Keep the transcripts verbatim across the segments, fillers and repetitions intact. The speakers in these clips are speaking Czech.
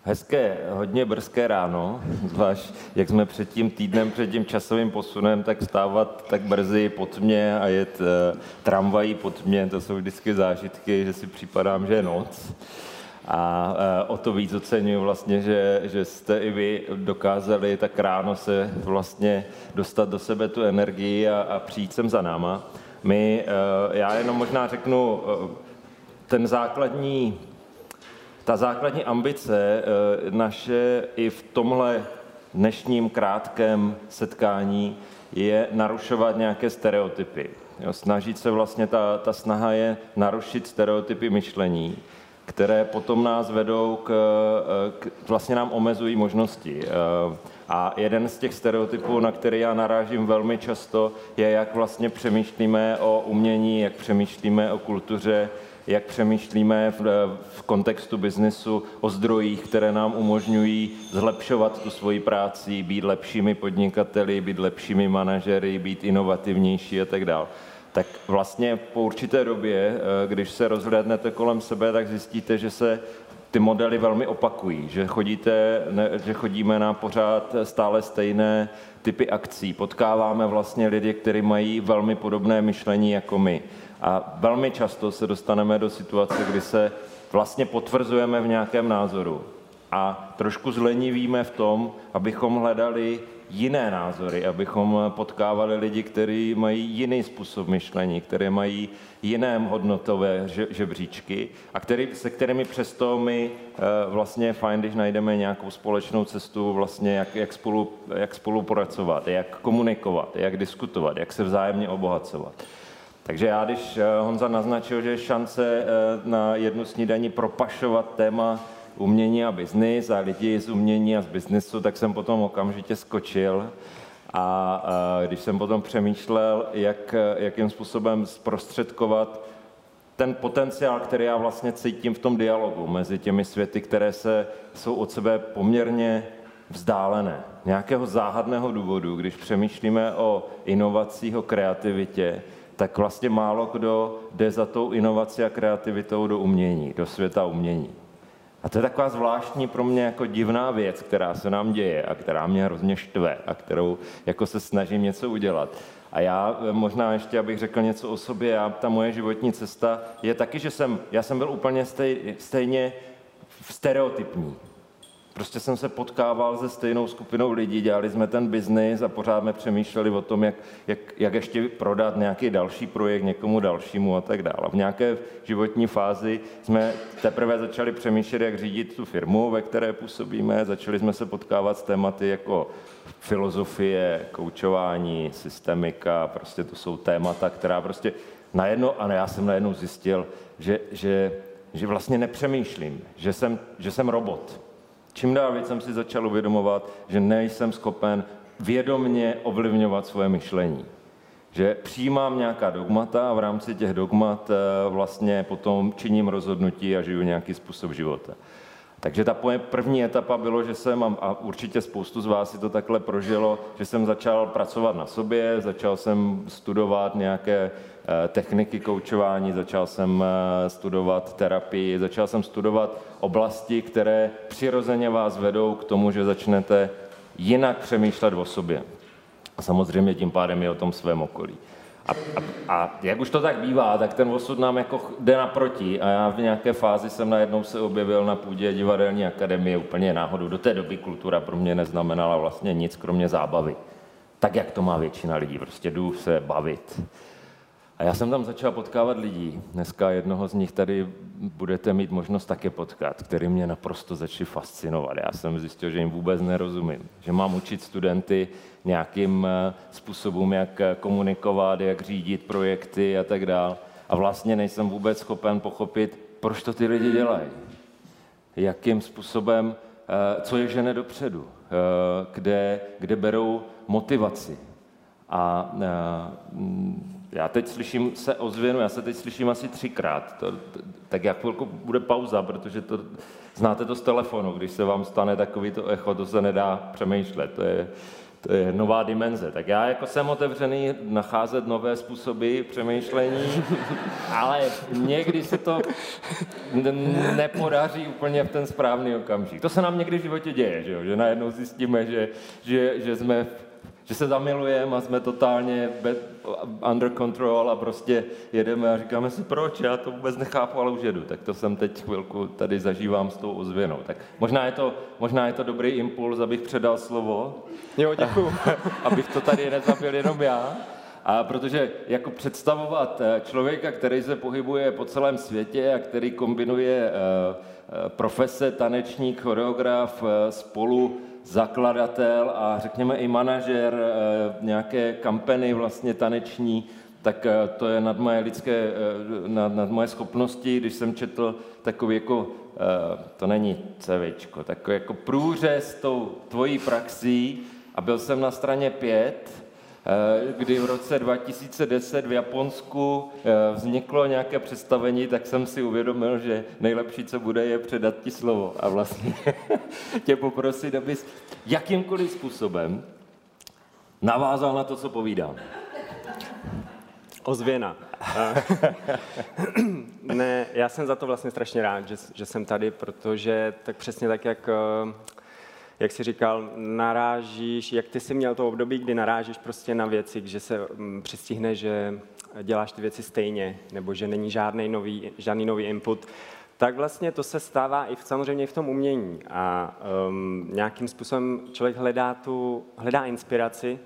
Hezké, hodně brzké ráno, zvlášť jak jsme před tím týdnem, před tím časovým posunem, tak vstávat tak brzy po tmě a jet e, tramvají po tmě, to jsou vždycky zážitky, že si připadám, že je noc. A e, o to víc oceňuji vlastně, že, že jste i vy dokázali tak ráno se vlastně dostat do sebe tu energii a, a přijít sem za náma. My, e, já jenom možná řeknu, e, ten základní Ta základní ambice naše i v tomhle dnešním krátkém setkání je narušovat nějaké stereotypy. Jo, snažit se vlastně, ta, ta snaha je narušit stereotypy myšlení, které potom nás vedou k, k vlastně nám omezují možnosti. A jeden z těch stereotypů, na který já narážím velmi často, je, jak vlastně přemýšlíme o umění, jak přemýšlíme o kultuře, jak přemýšlíme v, v kontextu biznesu o zdrojích, které nám umožňují zlepšovat tu svoji práci, být lepšími podnikateli, být lepšími manažery, být inovativnější a tak dále. Tak vlastně po určité době, když se rozhlédnete kolem sebe, tak zjistíte, že se ty modely velmi opakují, že, chodíte, ne, že chodíme na pořád stále stejné typy akcí, potkáváme vlastně lidi, kteří mají velmi podobné myšlení jako my. A velmi často se dostaneme do situace, kdy se vlastně potvrzujeme v nějakém názoru a trošku zlenivíme v tom, abychom hledali jiné názory, abychom potkávali lidi, kteří mají jiný způsob myšlení, které mají jiné hodnotové žebříčky a který, se kterými přesto my vlastně je fajn, když najdeme nějakou společnou cestu, vlastně jak, jak, spolu, jak spolupracovat, jak komunikovat, jak diskutovat, jak se vzájemně obohacovat. Takže já, když Honza naznačil, že je šance na jednu snídani propašovat téma umění a biznis a lidi z umění a z biznisu, tak jsem potom okamžitě skočil a když jsem potom přemýšlel, jak, jakým způsobem zprostředkovat ten potenciál, který já vlastně cítím v tom dialogu mezi těmi světy, které se, jsou od sebe poměrně vzdálené. Nějakého záhadného důvodu, když přemýšlíme o inovacích, o kreativitě, tak vlastně málo kdo jde za tou inovací a kreativitou do umění, do světa umění. A to je taková zvláštní pro mě jako divná věc, která se nám děje a která mě hrozně štve a kterou jako se snažím něco udělat. A já možná ještě, abych řekl něco o sobě, já, ta moje životní cesta je taky, že jsem, já jsem byl úplně stej, stejně stereotypní. Prostě jsem se potkával se stejnou skupinou lidí, dělali jsme ten biznis a pořád jsme přemýšleli o tom, jak, jak, jak ještě prodat nějaký další projekt někomu dalšímu a tak dále. V nějaké životní fázi jsme teprve začali přemýšlet, jak řídit tu firmu, ve které působíme. Začali jsme se potkávat s tématy jako filozofie, koučování, systemika, prostě to jsou témata, která prostě najednou, a já jsem najednou zjistil, že, že, že vlastně nepřemýšlím, že jsem, že jsem robot. Čím dál víc jsem si začal uvědomovat, že nejsem schopen vědomně ovlivňovat svoje myšlení. Že přijímám nějaká dogmata a v rámci těch dogmat vlastně potom činím rozhodnutí a žiju nějaký způsob života. Takže ta první etapa bylo, že jsem, a určitě spoustu z vás si to takhle prožilo, že jsem začal pracovat na sobě, začal jsem studovat nějaké techniky koučování, začal jsem studovat terapii, začal jsem studovat oblasti, které přirozeně vás vedou k tomu, že začnete jinak přemýšlet o sobě. A samozřejmě tím pádem je o tom svém okolí. A, a, a jak už to tak bývá, tak ten osud nám jako jde naproti a já v nějaké fázi jsem najednou se objevil na půdě divadelní akademie úplně náhodou. Do té doby kultura pro mě neznamenala vlastně nic, kromě zábavy. Tak, jak to má většina lidí, prostě jdu se bavit. A já jsem tam začal potkávat lidí. Dneska jednoho z nich tady budete mít možnost také potkat, který mě naprosto začali fascinovat. Já jsem zjistil, že jim vůbec nerozumím. Že mám učit studenty nějakým způsobům, jak komunikovat, jak řídit projekty a tak dále. A vlastně nejsem vůbec schopen pochopit, proč to ty lidi dělají. Jakým způsobem, co je žene dopředu, kde, kde berou motivaci. A já teď slyším se ozvěnu, já se teď slyším asi třikrát, to, to, tak jak chvilku bude pauza, protože to, znáte to z telefonu, když se vám stane takový to echo, to se nedá přemýšlet, to je, To je nová dimenze. Tak já jako jsem otevřený nacházet nové způsoby přemýšlení, ale někdy se to nepodaří úplně v ten správný okamžik. To se nám někdy v životě děje, že, jo? Že najednou zjistíme, že, že, že jsme že se zamilujeme a jsme totálně under control a prostě jedeme a říkáme si, proč, já to vůbec nechápu, ale už jedu. Tak to jsem teď chvilku tady zažívám s tou ozvěnou. Tak možná je to, možná je to dobrý impuls, abych předal slovo. Jo, děkuju. Abych to tady nezabil jenom já. A protože jako představovat člověka, který se pohybuje po celém světě a který kombinuje profese, tanečník, choreograf, spolu zakladatel a řekněme i manažer nějaké kampany vlastně taneční, tak to je nad moje lidské, nad, nad moje schopnosti, když jsem četl takový jako, to není CVčko, takový jako průřez tou tvojí praxí a byl jsem na straně pět, kdy v roce dva tisíce deset v Japonsku vzniklo nějaké představení, tak jsem si uvědomil, že nejlepší, co bude, je předat ti slovo a vlastně tě poprosit, abys jakýmkoliv způsobem navázal na to, co povídám. Ozvěna. Ne, já jsem za to vlastně strašně rád, že, že jsem tady, protože tak přesně tak, jak... Jak jsi říkal, narážíš, jak ty jsi měl to období, kdy narážíš prostě na věci, že se přistihne, že děláš ty věci stejně, nebo že není žádný nový, žádný nový input, tak vlastně to se stává i v, samozřejmě i v tom umění. A um, nějakým způsobem člověk hledá, tu, hledá inspiraci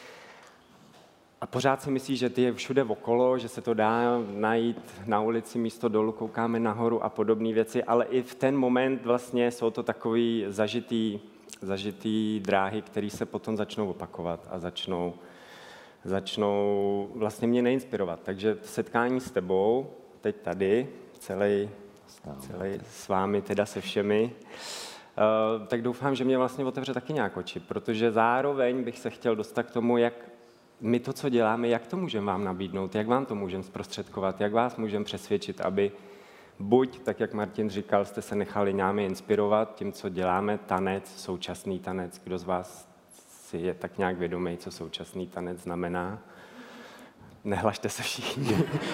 a pořád si myslí, že ty je všude okolo, že se to dá najít na ulici, místo dolů, koukáme nahoru a podobné věci, ale i v ten moment vlastně jsou to takový zažitý, zažitý dráhy, které se potom začnou opakovat a začnou, začnou vlastně mě neinspirovat. Takže setkání s tebou, teď tady, celý, celý s vámi, teda se všemi, uh, tak doufám, že mě vlastně otevře taky nějak oči, protože zároveň bych se chtěl dostat k tomu, jak my to, co děláme, jak to můžeme vám nabídnout, jak vám to můžeme zprostředkovat, jak vás můžeme přesvědčit, aby buď, tak jak Martin říkal, jste se nechali námi inspirovat tím, co děláme, tanec, současný tanec. Kdo z vás si je tak nějak vědomý, co současný tanec znamená? Nehlašte se všichni.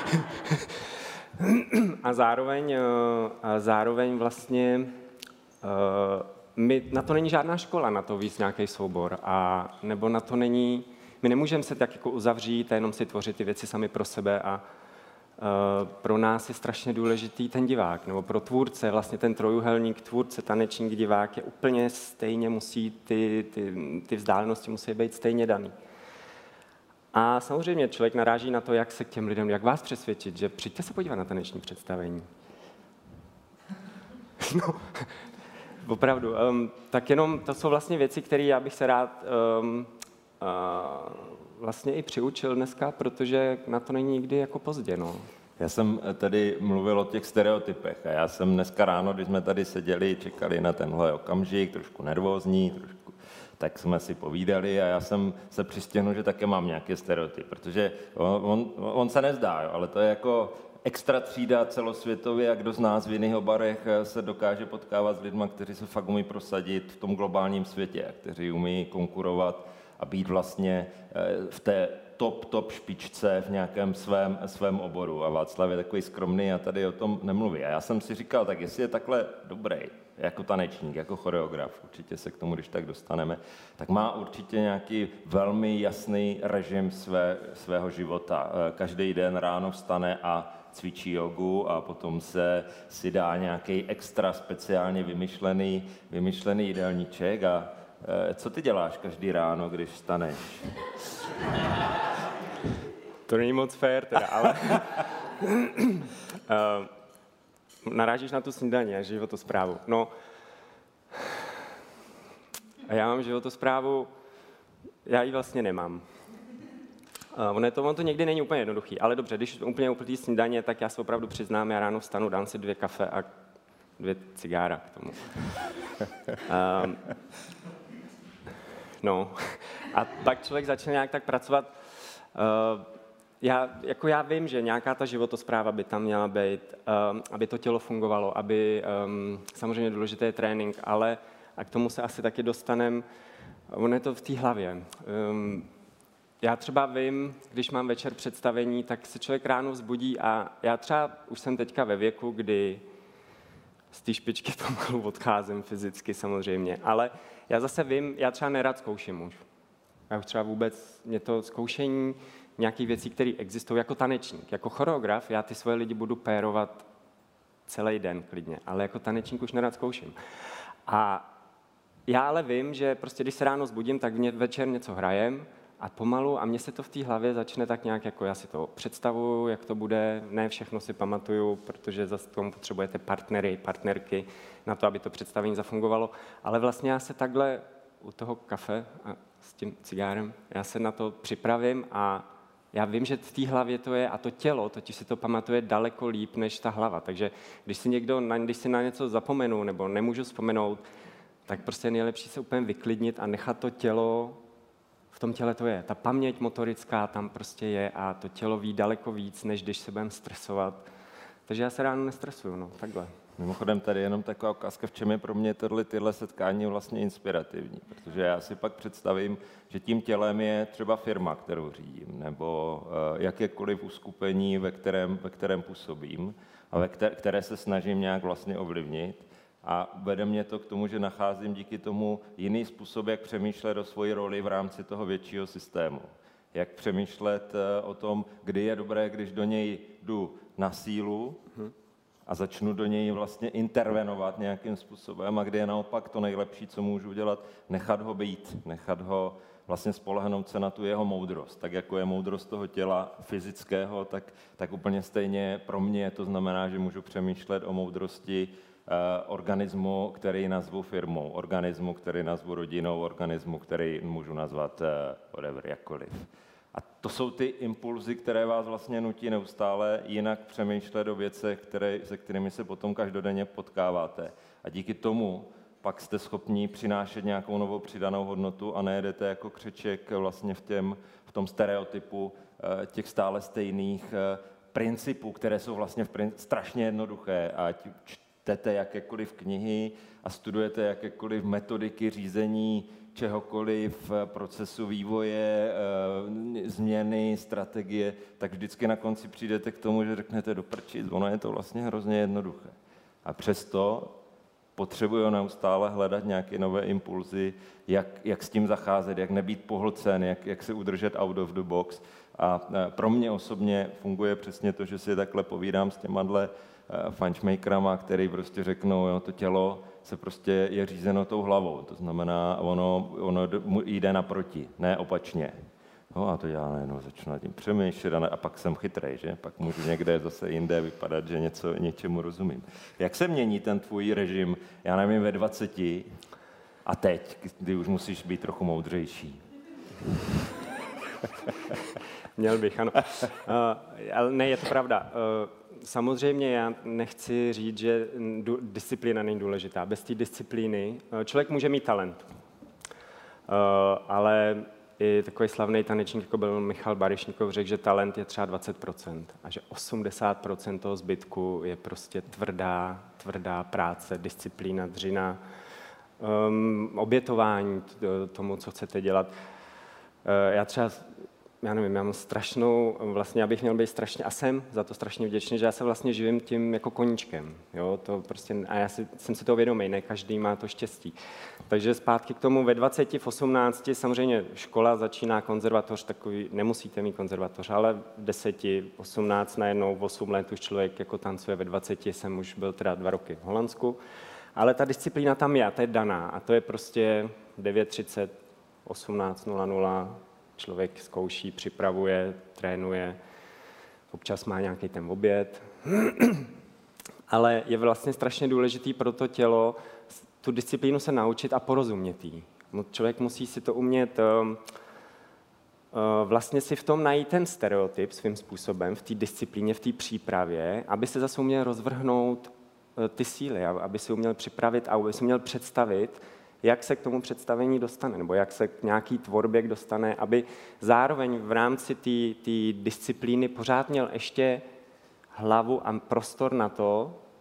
A zároveň, a zároveň vlastně my, na to není žádná škola, na to víc nějaký soubor, a nebo na to není. My nemůžeme se tak jako uzavřít a jenom si tvořit ty věci sami pro sebe a uh, pro nás je strašně důležitý ten divák, nebo pro tvůrce, vlastně ten trojuhelník, tvůrce, tanečník, divák je úplně stejně, musí ty, ty, ty vzdálenosti musí být stejně daný. A samozřejmě člověk naráží na to, jak se k těm lidem, jak vás přesvědčit, že přijďte se podívat na taneční představení. No, opravdu. Um, tak jenom to jsou vlastně věci, které já bych se rád um, uh, vlastně i přiučil dneska, protože na to není nikdy jako pozdě. No. Já jsem tady mluvil o těch stereotypech a já jsem dneska ráno, když jsme tady seděli, čekali na tenhle okamžik, trošku nervózní, trošku, tak jsme si povídali a já jsem se přistihnul, že také mám nějaké stereotypy, protože on, on, on se nezdá, jo, ale to je jako extra třída celosvětově a kdo z nás v jiných obarech se dokáže potkávat s lidmi, kteří se fakt umí prosadit v tom globálním světě, kteří umí konkurovat a být vlastně v té top, top špičce v nějakém svém, svém oboru. A Václav je takový skromný a tady o tom nemluví. A já jsem si říkal, tak jestli je takhle dobrý, jako tanečník, jako choreograf, určitě se k tomu, když tak dostaneme, tak má určitě nějaký velmi jasný režim své, svého života. Každý den ráno vstane a cvičí jogu a potom se si dá nějaký extra speciálně vymyšlený, vymyšlený jídelníček. A co ty děláš každý ráno, když vstaneš? To není moc fér teda, ale uh, narážíš na tu snídaní a životosprávu. No, a já mám životosprávu, já ji vlastně nemám. Uh, ono, to, ono to někdy není úplně jednoduchý, ale dobře, když úplně úplný snídaně, tak já se opravdu přiznám, já ráno vstanu, dám si dvě kafe a dvě cigára k tomu. Uh, no, a pak člověk začne nějak tak pracovat. Uh, já, jako já vím, že nějaká ta životospráva by tam měla být, um, aby to tělo fungovalo, aby, um, samozřejmě důležitý je trénink, ale a k tomu se asi taky dostaneme. Ono je to v té hlavě. Um, já třeba vím, když mám večer představení, tak se člověk ráno vzbudí a já třeba už jsem teďka ve věku, kdy z té špičky pomalu odcházím fyzicky samozřejmě, ale já zase vím, já třeba nerad zkouším už. Já už třeba vůbec, mě to zkoušení nějakých věcí, které existují jako tanečník, jako choreograf, já ty svoje lidi budu pérovat celý den klidně, ale jako tanečník už nerad zkouším. A já ale vím, že prostě když se ráno zbudím, tak večer něco hrajem a pomalu a mně se to v té hlavě začne tak nějak, jako já si to představuju, jak to bude, ne všechno si pamatuju, protože zase tomu potřebujete partnery, partnerky na to, aby to představení zafungovalo, ale vlastně já se takhle u toho kafe a s tím cigárem, já se na to připravím a já vím, že v té hlavě to je a to tělo, totiž si to pamatuje daleko líp než ta hlava, takže když si někdo, když si na něco zapomenu nebo nemůžu vzpomenout, tak prostě je nejlepší se úplně vyklidnit a nechat to tělo, v tom těle to je. Ta paměť motorická tam prostě je a to tělo ví daleko víc, než když se budeme stresovat. Takže já se ráno nestresuju, no, takhle. Mimochodem tady jenom taková ukázka, v čem je pro mě tohle, tyhle setkání vlastně inspirativní, protože já si pak představím, že tím tělem je třeba firma, kterou řídím, nebo uh, jakékoliv uskupení, ve kterém, ve kterém působím a ve které, které se snažím nějak vlastně ovlivnit. A vede mě to k tomu, že nacházím díky tomu jiný způsob, jak přemýšlet o svoji roli v rámci toho většího systému. Jak přemýšlet o tom, kdy je dobré, když do něj jdu na sílu a začnu do něj vlastně intervenovat nějakým způsobem a kdy je naopak to nejlepší, co můžu udělat, nechat ho být, nechat ho vlastně spolehnout se na tu jeho moudrost. Tak jako je moudrost toho těla fyzického, tak, tak úplně stejně pro mě to znamená, že můžu přemýšlet o moudrosti organismu, který nazvu firmou, organismu, který nazvu rodinou, organismu, který můžu nazvat whatever, jakkoliv. A to jsou ty impulzy, které vás vlastně nutí neustále jinak přemýšlet o věcech, které, se kterými se potom každodenně potkáváte. A díky tomu pak jste schopni přinášet nějakou novou přidanou hodnotu a nejedete jako křeček vlastně v, těm, v tom stereotypu těch stále stejných principů, které jsou vlastně v prin- strašně jednoduché. Ať čtete jakékoliv knihy a studujete jakékoliv metodiky řízení čehokoliv, procesu vývoje, změny, strategie, tak vždycky na konci přijdete k tomu, že řeknete do prčic, ono je to vlastně hrozně jednoduché. A přesto potřebuji neustále hledat nějaké nové impulzy, jak, jak s tím zacházet, jak nebýt pohlcen, jak, jak se udržet out of the box. A pro mě osobně funguje přesně to, že si takhle povídám s těma fančmakerama, který prostě řeknou, jo, to tělo se prostě je řízeno tou hlavou, to znamená, ono, ono jde naproti, ne opačně. No a to já najednou začnu nad tím přemýšlet a, ne, a pak jsem chytrej, že? Pak můžu někde zase jinde vypadat, že něco, něčemu rozumím. Jak se mění ten tvůj režim, já nevím, ve dvaceti a teď, kdy už musíš být trochu moudřejší? Měl bych, ano. Uh, ale ne, je to pravda. Uh, samozřejmě já nechci říct, že disciplína není důležitá. Bez té disciplíny uh, člověk může mít talent. Uh, ale i takový slavný tanečník, jako byl Michal Baryšníkov, řekl, že talent je třeba dvacet procent a že osmdesát procent toho zbytku je prostě tvrdá, tvrdá práce, disciplína, dřina, um, obětování tomu, co chcete dělat. Uh, já třeba já nevím, já mám strašnou, vlastně já bych měl být strašně, a jsem za to strašně vděčný, že já se vlastně živím tím jako koníčkem, jo, to prostě, a já si, jsem si toho vědomý, ne každý má to štěstí. Takže zpátky k tomu ve dvaceti, v osmnácti, samozřejmě škola začíná, konzervatoř, takový, nemusíte mít konzervatoř, ale v deseti, osmnáct najednou, osm let už člověk jako tancuje, ve dvaceti jsem už byl teda dva roky v Holandsku, ale ta disciplína tam je, to je daná a to je prostě devět třicet, osmnáct nula nula, člověk zkouší, připravuje, trénuje, občas má nějaký ten oběd, ale je vlastně strašně důležitý pro to tělo tu disciplínu se naučit a porozumět jí. Člověk musí si to umět vlastně si v tom najít ten stereotyp svým způsobem, v té disciplíně, v té přípravě, aby se zase uměl rozvrhnout ty síly, aby si uměl připravit a aby si uměl představit, jak se k tomu představení dostane, nebo jak se k nějaký tvorbě dostane, aby zároveň v rámci té disciplíny pořád měl ještě hlavu a prostor na to, v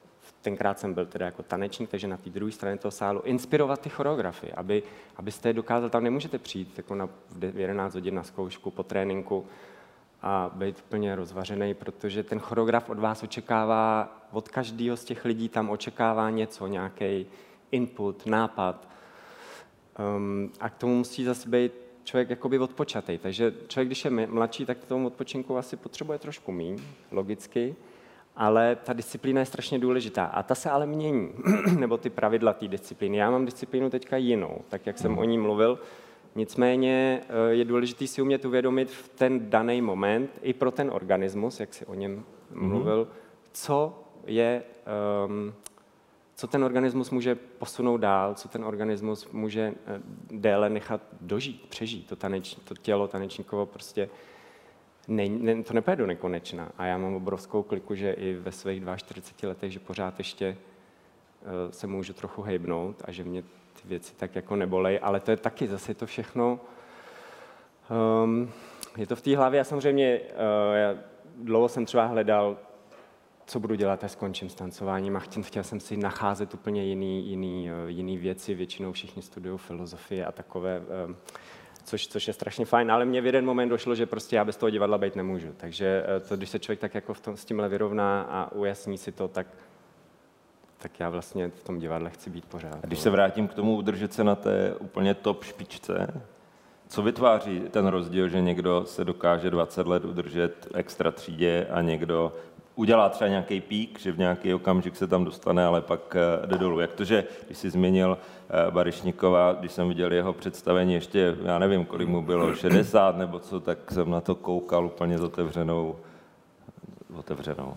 tenkrát jsem byl teda jako tanečník, takže na té druhé straně toho sálu, inspirovat ty choreografy, aby, abyste je dokázal, tam nemůžete přijít jako na, v jedenáct hodin na zkoušku po tréninku a být úplně rozvařený, protože ten choreograf od vás očekává, od každého z těch lidí tam očekává něco, nějaký input, nápad. Um, a k tomu musí zase být člověk jakoby odpočatý. Takže člověk, když je mladší, tak k tomu odpočinku asi potřebuje trošku míň, logicky, ale ta disciplína je strašně důležitá. A ta se ale mění, nebo ty pravidla té disciplíny. Já mám disciplínu teďka jinou, tak jak jsem o ní mluvil. Nicméně je důležité si umět uvědomit v ten daný moment i pro ten organismus, jak si o něm mluvil, co je... Um, co ten organismus může posunout dál, co ten organismus může déle nechat dožít, přežít. To, taneč, to tělo tanečníkovo prostě ne, ne, to nepůjde do nekonečna. A já mám obrovskou kliku, že i ve svých čtyřiceti dvou letech, že pořád ještě uh, se můžu trochu hejbnout a že mě ty věci tak jako nebolej, ale to je taky zase to všechno. Um, je to v té hlavě a samozřejmě uh, já dlouho jsem třeba hledal, co budu dělat, až skončím s tancováním a chtěl, chtěl jsem si nacházet úplně jiný, jiný, jiný věci, většinou všichni studují filozofii a takové, což, což je strašně fajn, ale mě v jeden moment došlo, že prostě já bez toho divadla být nemůžu, takže to, když se člověk tak jako v tom, s tímhle vyrovná a ujasní si to, tak, tak já vlastně v tom divadle chci být pořád. A když se vrátím k tomu udržet se na té úplně top špičce, co vytváří ten rozdíl, že někdo se dokáže dvacet let udržet extra třídě a někdo udělá třeba nějaký pík, že v nějaký okamžik se tam dostane, ale pak jde dolů. Jak to, že když jsi zmínil Baryšníkova, když jsem viděl jeho představení ještě, já nevím, kolik mu bylo, šedesát nebo co, tak jsem na to koukal úplně s otevřenou. otevřenou.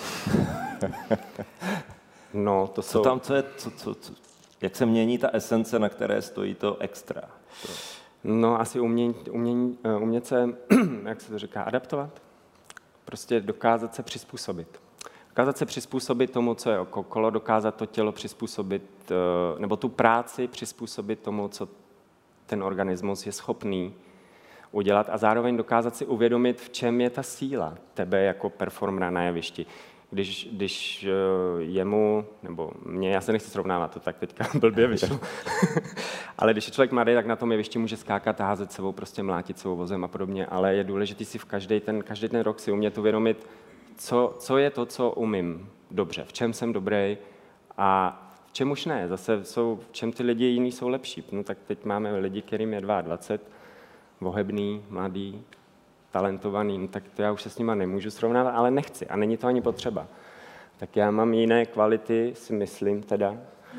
No, to co jsou... tam, co je, co, co, co, jak se mění ta esence, na které stojí to extra? To... No, asi umění, umění, umět se, jak se to říká, adaptovat. Prostě dokázat se přizpůsobit. Dokázat se přizpůsobit tomu, co je okolo, dokázat to tělo přizpůsobit, nebo tu práci přizpůsobit tomu, co ten organismus je schopný udělat a zároveň dokázat si uvědomit, v čem je ta síla tebe jako performera na jevišti. Když, když jemu, nebo mě, já se nechci srovnávat, to tak teďka blbě vyšlo, ale když je člověk mladý, tak na tom jevišti může skákat, házet sebou, prostě mlátit sebou vozem a podobně, ale je důležité si v každý ten, každý ten rok si umět uvědomit, co, co je to, co umím dobře, v čem jsem dobrý a v čem už ne. Zase jsou, v čem ty lidi jiní jsou lepší. No tak teď máme lidi, kterým je dvacet dva, vohebný, mladý, talentovaný, no tak to já už se s nima nemůžu srovnávat, ale nechci a není to ani potřeba. Tak já mám jiné kvality, si myslím teda,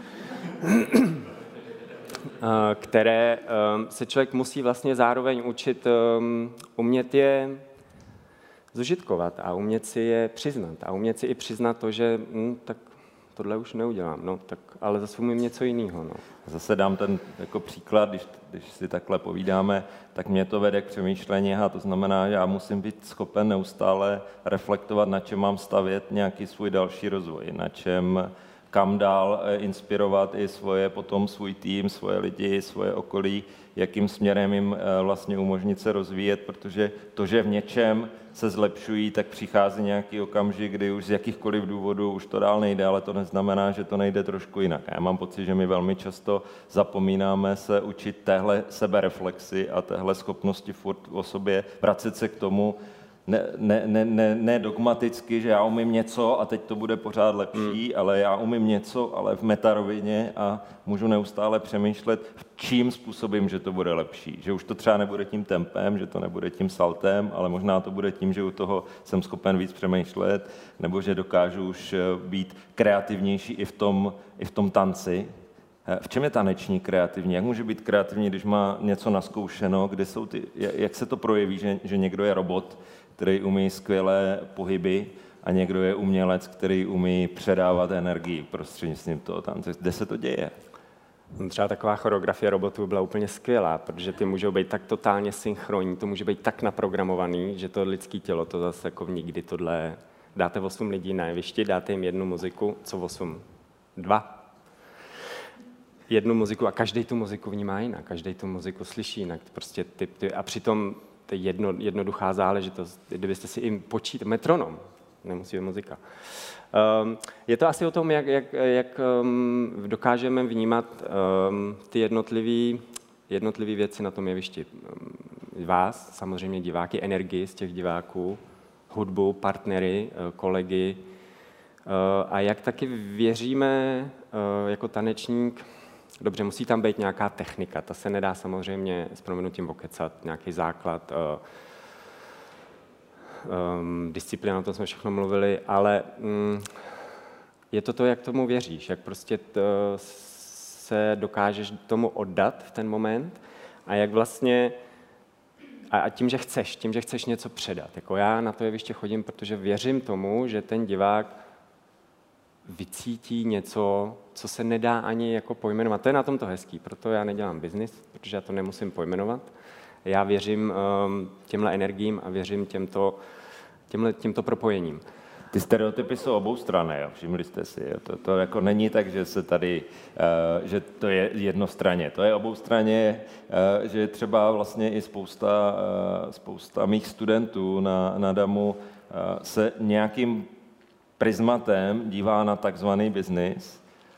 které se člověk musí vlastně zároveň učit umět je zužitkovat a umět si je přiznat. A umět si i přiznat to, že hm, tak tohle už neudělám, no, tak, ale zase umím něco jiného. No. Zase dám ten jako příklad, když, když si takhle povídáme, tak mě to vede k přemýšlení, a to znamená, že já musím být schopen neustále reflektovat, na čem mám stavět nějaký svůj další rozvoj, na čem, kam dál inspirovat i svoje, potom svůj tým, svoje lidi, svoje okolí, jakým směrem jim vlastně umožnit se rozvíjet, protože to, že v něčem se zlepšují, tak přichází nějaký okamžik, kdy už z jakýchkoliv důvodů už to dál nejde, ale to neznamená, že to nejde trošku jinak. A já mám pocit, že my velmi často zapomínáme se učit téhle sebereflexi a téhle schopnosti furt o sobě vracet se k tomu, ne, ne, ne, ne, ne dogmaticky, že já umím něco a teď to bude pořád lepší, hmm. ale já umím něco, ale v metarovině a můžu neustále přemýšlet, v čím způsobím, že to bude lepší. Že už to třeba nebude tím tempem, že to nebude tím saltem, ale možná to bude tím, že u toho jsem schopen víc přemýšlet, nebo že dokážu už být kreativnější i v tom, i v tom tanci. V čem je tanečník kreativní? Jak může být kreativní, když má něco naskoušeno? Kde jsou ty, jak se to projeví, že, že někdo je robot, který umí skvělé pohyby a někdo je umělec, který umí předávat energii prostřednictvím toho tance? Kde se to děje? Třeba taková choreografie robotů byla úplně skvělá, protože ty můžou být tak totálně synchronní, to může být tak naprogramovaný, že to lidské tělo to zase jako nikdy tohle... Dáte osm lidí na jevišti, dáte jim jednu muziku, co osm? Dva. Jednu muziku a každý tu muziku vnímá jinak, každý tu muziku slyší jinak. Prostě ty, ty, a přitom to je jedno, jednoduchá záležitost, kdybyste si jim počítali, metronom, nemusí být muzika. Um, je to asi o tom, jak, jak, jak um, dokážeme vnímat um, ty jednotlivé jednotlivý věci na tom jevišti. Um, vás, samozřejmě diváky, energii z těch diváků, hudbu, partnery, kolegy uh, a jak taky věříme uh, jako tanečník. Dobře, musí tam být nějaká technika, ta se nedá samozřejmě s prominutím okecat, nějaký základ, uh, um, disciplína, o tom jsme všechno mluvili, ale um, je to to, jak tomu věříš, jak prostě to, se dokážeš tomu oddat v ten moment a jak vlastně, a, a tím, že chceš, tím, že chceš něco předat. Jako já na to jeviště chodím, protože věřím tomu, že ten divák vycítí něco, co se nedá ani jako pojmenovat. To je na tom to hezký, proto já nedělám biznis, protože já to nemusím pojmenovat. Já věřím um, těmhle energiím a věřím těmto, těmhle, těmto propojením. Ty stereotypy jsou oboustranné, jo, všimli jste si. Jo. To, to jako není tak, že se tady, uh, že to je jednostranně. To je oboustranně, uh, že třeba vlastně i spousta, uh, spousta mých studentů na, na damu uh, se nějakým prismatem dívá na takzvaný biznis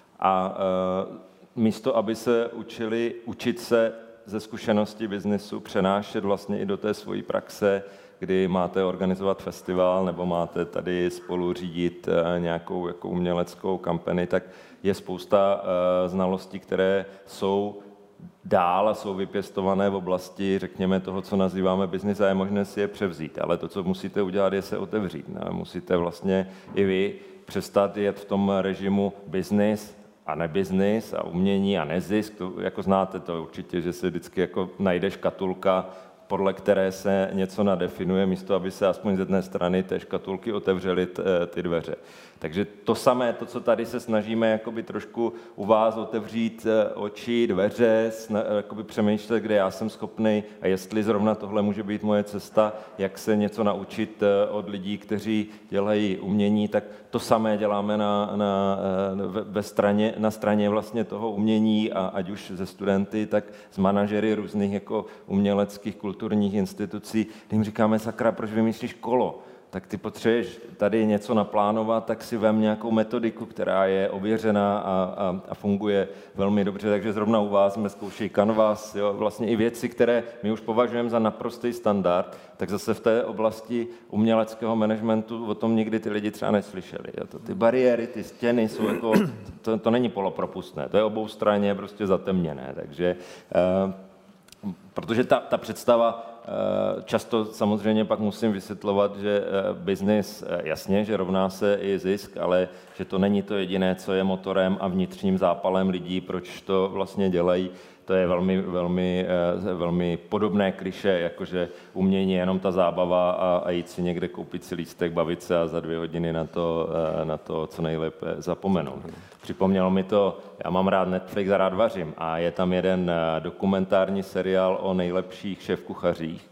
a uh, místo, aby se učili učit se ze zkušenosti biznisu, přenášet vlastně i do té svojí praxe, kdy máte organizovat festival nebo máte tady spolu řídit nějakou jako uměleckou kampani, tak je spousta uh, znalostí, které jsou dál a jsou vypěstované v oblasti, řekněme, toho, co nazýváme biznis a je možné si je převzít. Ale to, co musíte udělat, je se otevřít. Ne? Musíte vlastně i vy přestat jet v tom režimu biznis a nebiznis a umění a nezisk. To, jako znáte to určitě, že se vždycky jako najde škatulka, podle které se něco nadefinuje, místo aby se aspoň z jedné strany té škatulky otevřely ty dveře. Takže to samé, to, co tady se snažíme jakoby trošku u vás otevřít oči, dveře, jakoby přemýšlet, kde já jsem schopný a jestli zrovna tohle může být moje cesta, jak se něco naučit od lidí, kteří dělají umění, tak to samé děláme na, na, ve straně, na straně vlastně toho umění, a ať už ze studenty, tak s manažery různých jako uměleckých, kulturních institucí. Když jim říkáme, sakra, proč vymýšlíš kolo? Tak ty potřebuješ tady něco naplánovat, tak si vem nějakou metodiku, která je ověřená a, a, a funguje velmi dobře. Takže zrovna u vás jsme zkoušeli Canvas, jo, vlastně i věci, které my už považujeme za naprostý standard, tak zase v té oblasti uměleckého managementu o tom nikdy ty lidi třeba neslyšeli. Jo. To, ty bariéry, ty stěny jsou jako, to, to není polopropustné, to je oboustranně prostě zatemněné. Takže, eh, protože ta, ta představa, často samozřejmě pak musím vysvětlovat, že biznis, jasně, že rovná se i zisk, ale že to není to jediné, co je motorem a vnitřním zápalem lidí, proč to vlastně dělají. To je velmi, velmi, velmi podobné klišé, jakože umění je jenom ta zábava a, a jít si někde koupit si lístek, bavit se a za dvě hodiny na to, na to co nejlépe zapomenout. Připomnělo mi to, já mám rád Netflix a rád vařím a je tam jeden dokumentární seriál o nejlepších šéfkuchařích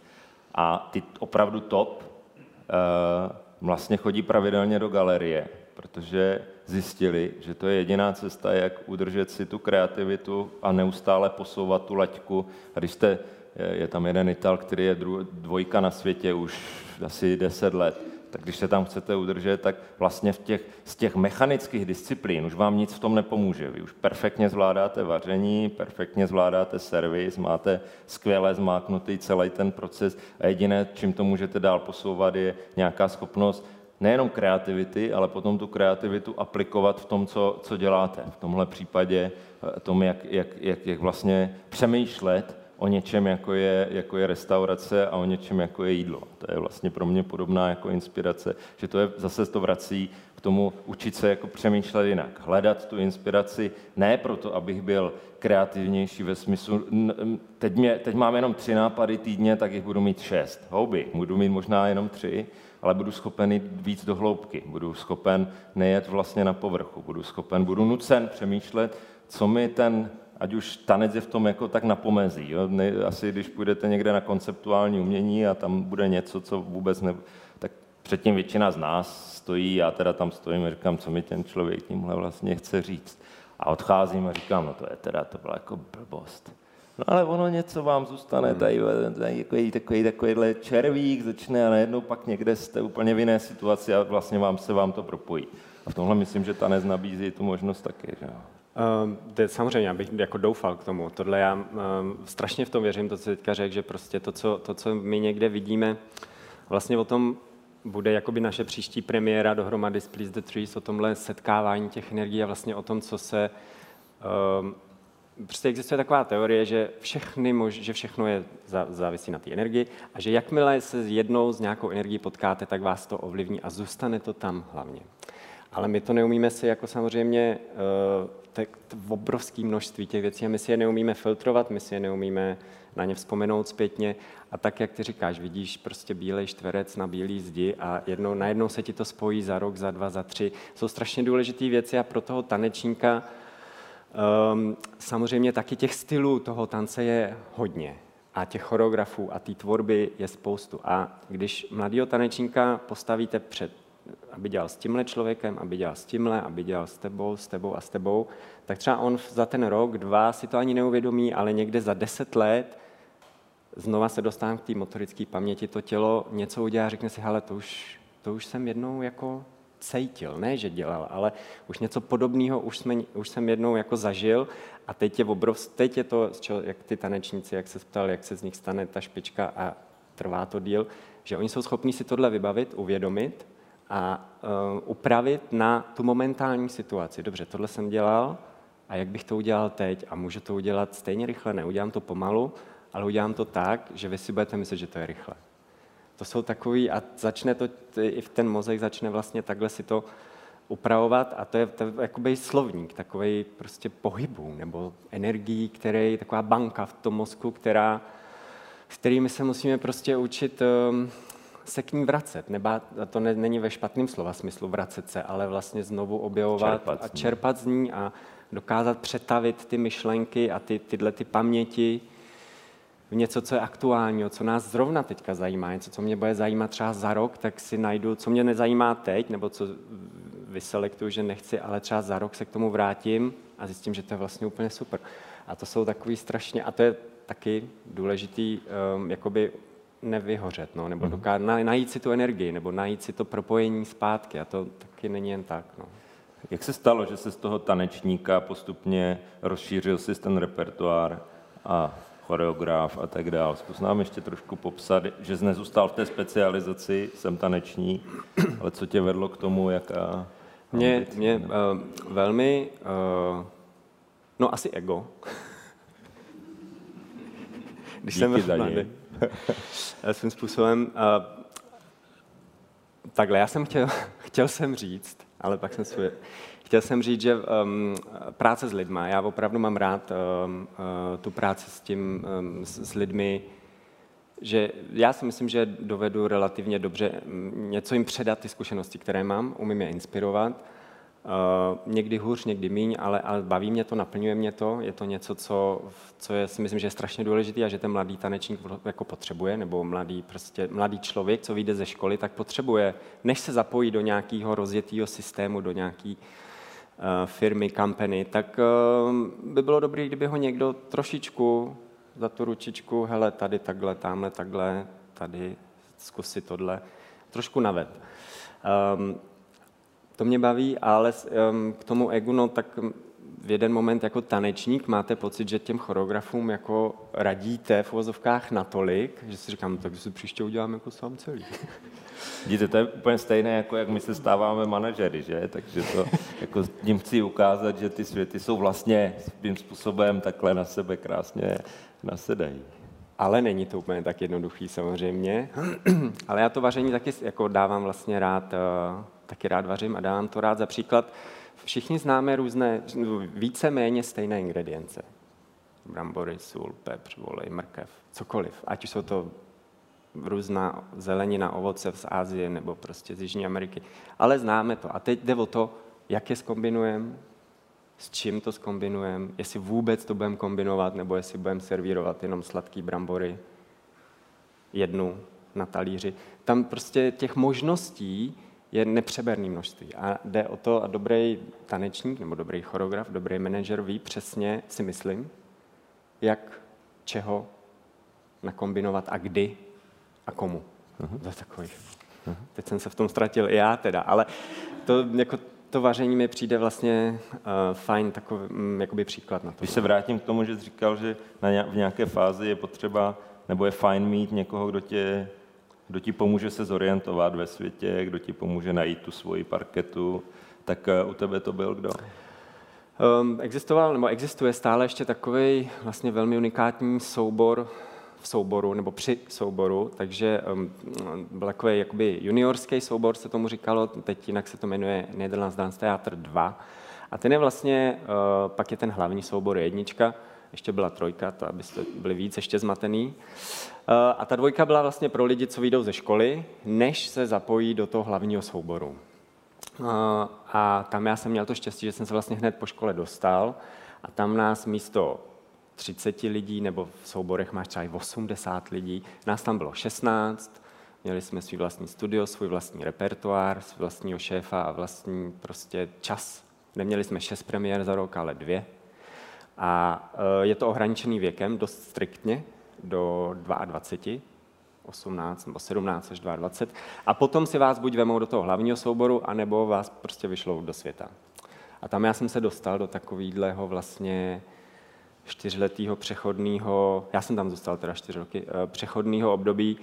a ty opravdu top vlastně chodí pravidelně do galerie, protože zjistili, že to je jediná cesta, jak udržet si tu kreativitu a neustále posouvat tu laťku. A když jste, je tam jeden Ital, který je dvojka na světě už asi deset let, tak když se tam chcete udržet, tak vlastně v těch, z těch mechanických disciplín už vám nic v tom nepomůže. Vy už perfektně zvládáte vaření, perfektně zvládáte servis, máte skvěle zmáknutý celý ten proces a jediné, čím to můžete dál posouvat, je nějaká schopnost nejenom kreativity, ale potom tu kreativitu aplikovat v tom, co, co děláte. V tomhle případě tom, jak, jak, jak, jak vlastně přemýšlet o něčem, jako je, jako je restaurace a o něčem, jako je jídlo. To je vlastně pro mě podobná jako inspirace, že to je, zase to vrací k tomu učit se jako přemýšlet jinak. Hledat tu inspiraci ne proto, abych byl kreativnější ve smyslu, teď, mě, teď mám jenom tři nápady týdně, tak jich budu mít šest. Houby, budu mít možná jenom tři, ale budu schopen jít víc do hloubky, budu schopen nejet vlastně na povrchu, budu schopen, budu nucen přemýšlet, co mi ten, ať už tanec je v tom jako tak na pomezí. Jo? Ne, asi když půjdete někde na konceptuální umění a tam bude něco, co vůbec ne... tak předtím většina z nás stojí, já teda tam stojím a říkám, co mi ten člověk tímhle vlastně chce říct. A odcházím a říkám, no to je teda, to byla jako blbost. No ale ono něco vám zůstane, hmm. tady, tady takový, takový, takovýhle červík začne a najednou pak někde jste úplně v jiné situaci a vlastně vám se vám to propojí. A v tomhle myslím, že tanec nabízí tu možnost taky. Že? Uh, samozřejmě, abych jako doufal k tomu. Tohle já um, strašně v tom věřím, to, co teďka řekl, že prostě to co, to, co my někde vidíme, vlastně o tom bude jakoby naše příští premiéra dohromady s Please the Trees, o tomhle setkávání těch energií a vlastně o tom, co se... Um, prostě existuje taková teorie, že, všechny mož, že všechno je zá, závisí na té energii a že jakmile se jednou s nějakou energií potkáte, tak vás to ovlivní a zůstane to tam hlavně. Ale my to neumíme si jako samozřejmě uh, tak v obrovském množství těch věcí a my si je neumíme filtrovat, my si je neumíme na ně vzpomenout zpětně a tak, jak ty říkáš, vidíš prostě bílej čtverec na bílý zdi a jednou, najednou se ti to spojí za rok, za dva, za tři. Jsou strašně důležité věci a pro toho tanečníka um, samozřejmě taky těch stylů toho tance je hodně a těch choreografů a té tvorby je spoustu. A když mladýho tanečníka postavíte před aby dělal s tímhle člověkem, aby dělal s tímhle, aby dělal s tebou, s tebou a s tebou, tak třeba on za ten rok, dva si to ani neuvědomí, ale někde za deset let znova se dostávám k té motorické paměti, to tělo něco udělá a řekne si, hele, to už, to už jsem jednou jako cítil, ne, že dělal, ale už něco podobného už, jsme, už jsem jednou jako zažil a teď je, obrov, teď je to, jak ty tanečníci, jak se ptal, jak se z nich stane ta špička a trvá to díl, že oni jsou schopní si tohle vybavit, uvědomit, a uh, upravit na tu momentální situaci. Dobře, tohle jsem dělal a jak bych to udělal teď a můžu to udělat stejně rychle, neudělám to pomalu, ale udělám to tak, že vy si budete myslet, že to je rychle. To jsou takový a začne to, i v ten mozek začne vlastně takhle si to upravovat a to je, to je jakoby slovník, takovej prostě pohybů nebo energií, který taková banka v tom mozku, která, s kterými se musíme prostě učit um, se k ní vracet. Nebát, a to ne, není ve špatném slova smyslu vracet se, ale vlastně znovu objevovat čerpat a čerpat z ní a dokázat přetavit ty myšlenky a ty, tyhle ty paměti v něco, co je aktuálního, co nás zrovna teďka zajímá, něco, co mě bude zajímat třeba za rok, tak si najdu, co mě nezajímá teď, nebo co vyselektuju, že nechci, ale třeba za rok se k tomu vrátím a zjistím, že to je vlastně úplně super. A to jsou takový strašně, a to je taky důležitý, um, jakoby nevyhořet, no, nebo doká- najít si tu energii, nebo najít si to propojení zpátky a to taky není jen tak. No. Jak se stalo, že se z toho tanečníka postupně rozšířil si ten repertoár a choreograf a tak dále? Zkus nám ještě trošku popsat, že jsi nezůstal v té specializaci, jsem tanečník, ale co tě vedlo k tomu, jaká... Mě, mě uh, velmi, uh, no asi ego. Když Díky jsem za něj. Svým způsobem. Uh, takhle, já jsem chtěl, chtěl jsem říct, ale pak jsem svůj, chtěl jsem říct, že um, práce s lidma, já opravdu mám rád um, uh, tu práci s tím, um, s, s lidmi, že já si myslím, že dovedu relativně dobře něco jim předat ty zkušenosti, které mám, umím je inspirovat. Uh, někdy hůř, někdy míň, ale, ale baví mě to, naplňuje mě to. Je to něco, co, co je, si myslím, že je strašně důležitý a že ten mladý tanečník jako potřebuje, nebo mladý, prostě, mladý člověk, co vyjde ze školy, tak potřebuje, než se zapojí do nějakého rozjetého systému, do nějaké uh, firmy, company, tak uh, by bylo dobré, kdyby ho někdo trošičku za tu ručičku, hele, tady takhle, tamhle takhle, tady zkusit tohle, trošku naved. Um, To mě baví, ale um, k tomu egu, no tak v jeden moment jako tanečník máte pocit, že těm choreografům jako radíte v uvozovkách natolik, že si říkám, tak si příště udělám jako sám celý. Vidíte, to je úplně stejné, jako jak my se stáváme manažery, že? Takže to jako tím chci ukázat, že ty světy jsou vlastně svým způsobem takhle na sebe krásně nasedají. Ale není to úplně tak jednoduchý samozřejmě. Ale já to vaření taky jako dávám vlastně rád, taky rád vařím a dávám to rád za příklad. Všichni známe různé, víceméně stejné ingredience. Brambory, sůl, pepř, volej, mrkev, cokoliv. Ať už jsou to různá zelenina, ovoce z Asie nebo prostě z Jižní Ameriky. Ale známe to. A teď jde o to, jak je zkombinujeme, s čím to zkombinujeme, jestli vůbec to budeme kombinovat, nebo jestli budeme servírovat jenom sladký brambory, jednu na talíři. Tam prostě těch možností je nepřeberné množství. A jde o to, a dobrý tanečník, nebo dobrý choreograf, dobrý manažer ví přesně, si myslím, jak čeho nakombinovat a kdy a komu. Uh-huh. To je takový. Uh-huh. Teď jsem se v tom ztratil i já teda, ale to, jako, to vaření mi přijde vlastně uh, fajn takový um, jakoby příklad na to. Když se vrátím k tomu, že jsi říkal, že na ně, v nějaké fázi je potřeba, nebo je fajn mít někoho, kdo tě, kdo ti pomůže se zorientovat ve světě, kdo ti pomůže najít tu svoji parketu, tak uh, u tebe to byl kdo? Um, existoval, nebo existuje stále ještě takový vlastně velmi unikátní soubor v souboru, nebo při souboru, takže um, byl takový jakoby juniorský soubor, se tomu říkalo, teď jinak se to jmenuje Nederlands Dance Theater dva. A ten je vlastně, uh, pak je ten hlavní soubor jednička, ještě byla trojka, to abyste byli víc ještě zmatený. Uh, a ta dvojka byla vlastně pro lidi, co vyjdou ze školy, než se zapojí do toho hlavního souboru. Uh, a tam já jsem měl to štěstí, že jsem se vlastně hned po škole dostal a tam nás místo třicet lidí, nebo v souborech máš třeba i osmdesát lidí, nás tam bylo šestnáct, měli jsme svůj vlastní studio, svůj vlastní repertoár, svůj vlastního šéfa a vlastní prostě čas. Neměli jsme šest premiér za rok, ale dvě. A uh, je to ohraničený věkem, dost striktně, do dvacet dva, osmnáct nebo sedmnáct až dvacet dva. A potom si vás buď vemou do toho hlavního souboru, anebo vás prostě vyšlou do světa. A tam já jsem se dostal do takového vlastně čtyřletého přechodného, já jsem tam zůstal teda čtyři roky, přechodného období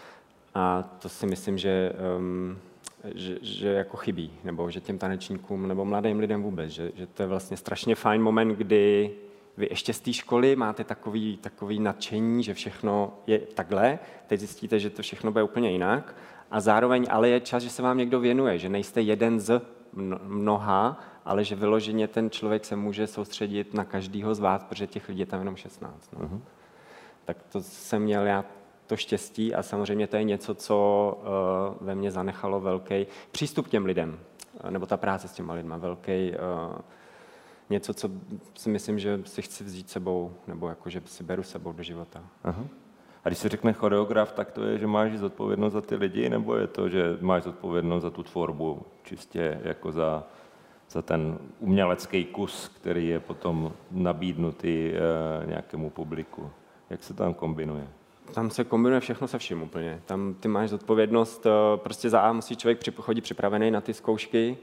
a to si myslím, že, um, že, že jako chybí, nebo že těm tanečníkům nebo mladým lidem vůbec, že, že to je vlastně strašně fajn moment, kdy vy ještě z té školy máte takový, takový nadšení, že všechno je takhle, teď zjistíte, že to všechno bude úplně jinak a zároveň ale je čas, že se vám někdo věnuje, že nejste jeden z mnoha, ale že vyloženě ten člověk se může soustředit na každýho z vás, protože těch lidí je tam jenom šestnáct. No. Uh-huh. Tak to jsem měl já to štěstí a samozřejmě to je něco, co uh, ve mně zanechalo velký přístup k těm lidem, nebo ta práce s těma lidma, velký uh, něco, co si myslím, že si chci vzít sebou, nebo jako, že si beru sebou do života. Uh-huh. A když se řekne choreograf, tak to je, že máš zodpovědnost za ty lidi, nebo je to, že máš zodpovědnost za tu tvorbu, čistě jako za, za ten umělecký kus, který je potom nabídnutý e, nějakému publiku? Jak se tam kombinuje? Tam se kombinuje všechno se vším úplně. Tam ty máš zodpovědnost, prostě za A musí člověk chodit připravený na ty zkoušky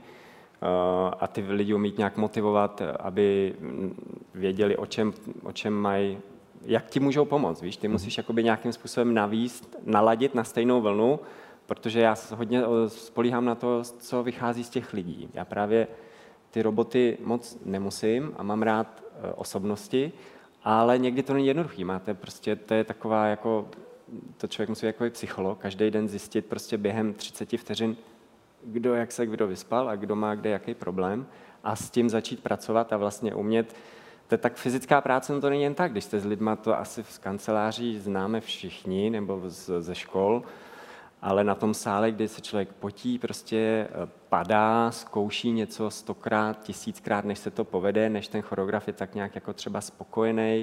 a ty lidi umít nějak motivovat, aby věděli, o čem, o čem mají, jak ti můžou pomoct, víš? Ty musíš jakoby nějakým způsobem navíst, naladit na stejnou vlnu, protože já hodně spolíhám na to, co vychází z těch lidí. Já právě ty roboty moc nemusím a mám rád osobnosti, ale někdy to není jednoduchý. Máte prostě, to je taková jako, to člověk musí jako psycholog, každý den zjistit prostě během třicet vteřin, kdo jak se kdo vyspal a kdo má kde jaký problém a s tím začít pracovat a vlastně umět. To je tak fyzická práce, no to není jen tak, když jste s lidma, to asi v kanceláří známe všichni nebo z, ze škol, ale na tom sále, kdy se člověk potí, prostě padá, zkouší něco stokrát, tisíckrát, než se to povede, než ten choreograf je tak nějak jako třeba spokojený,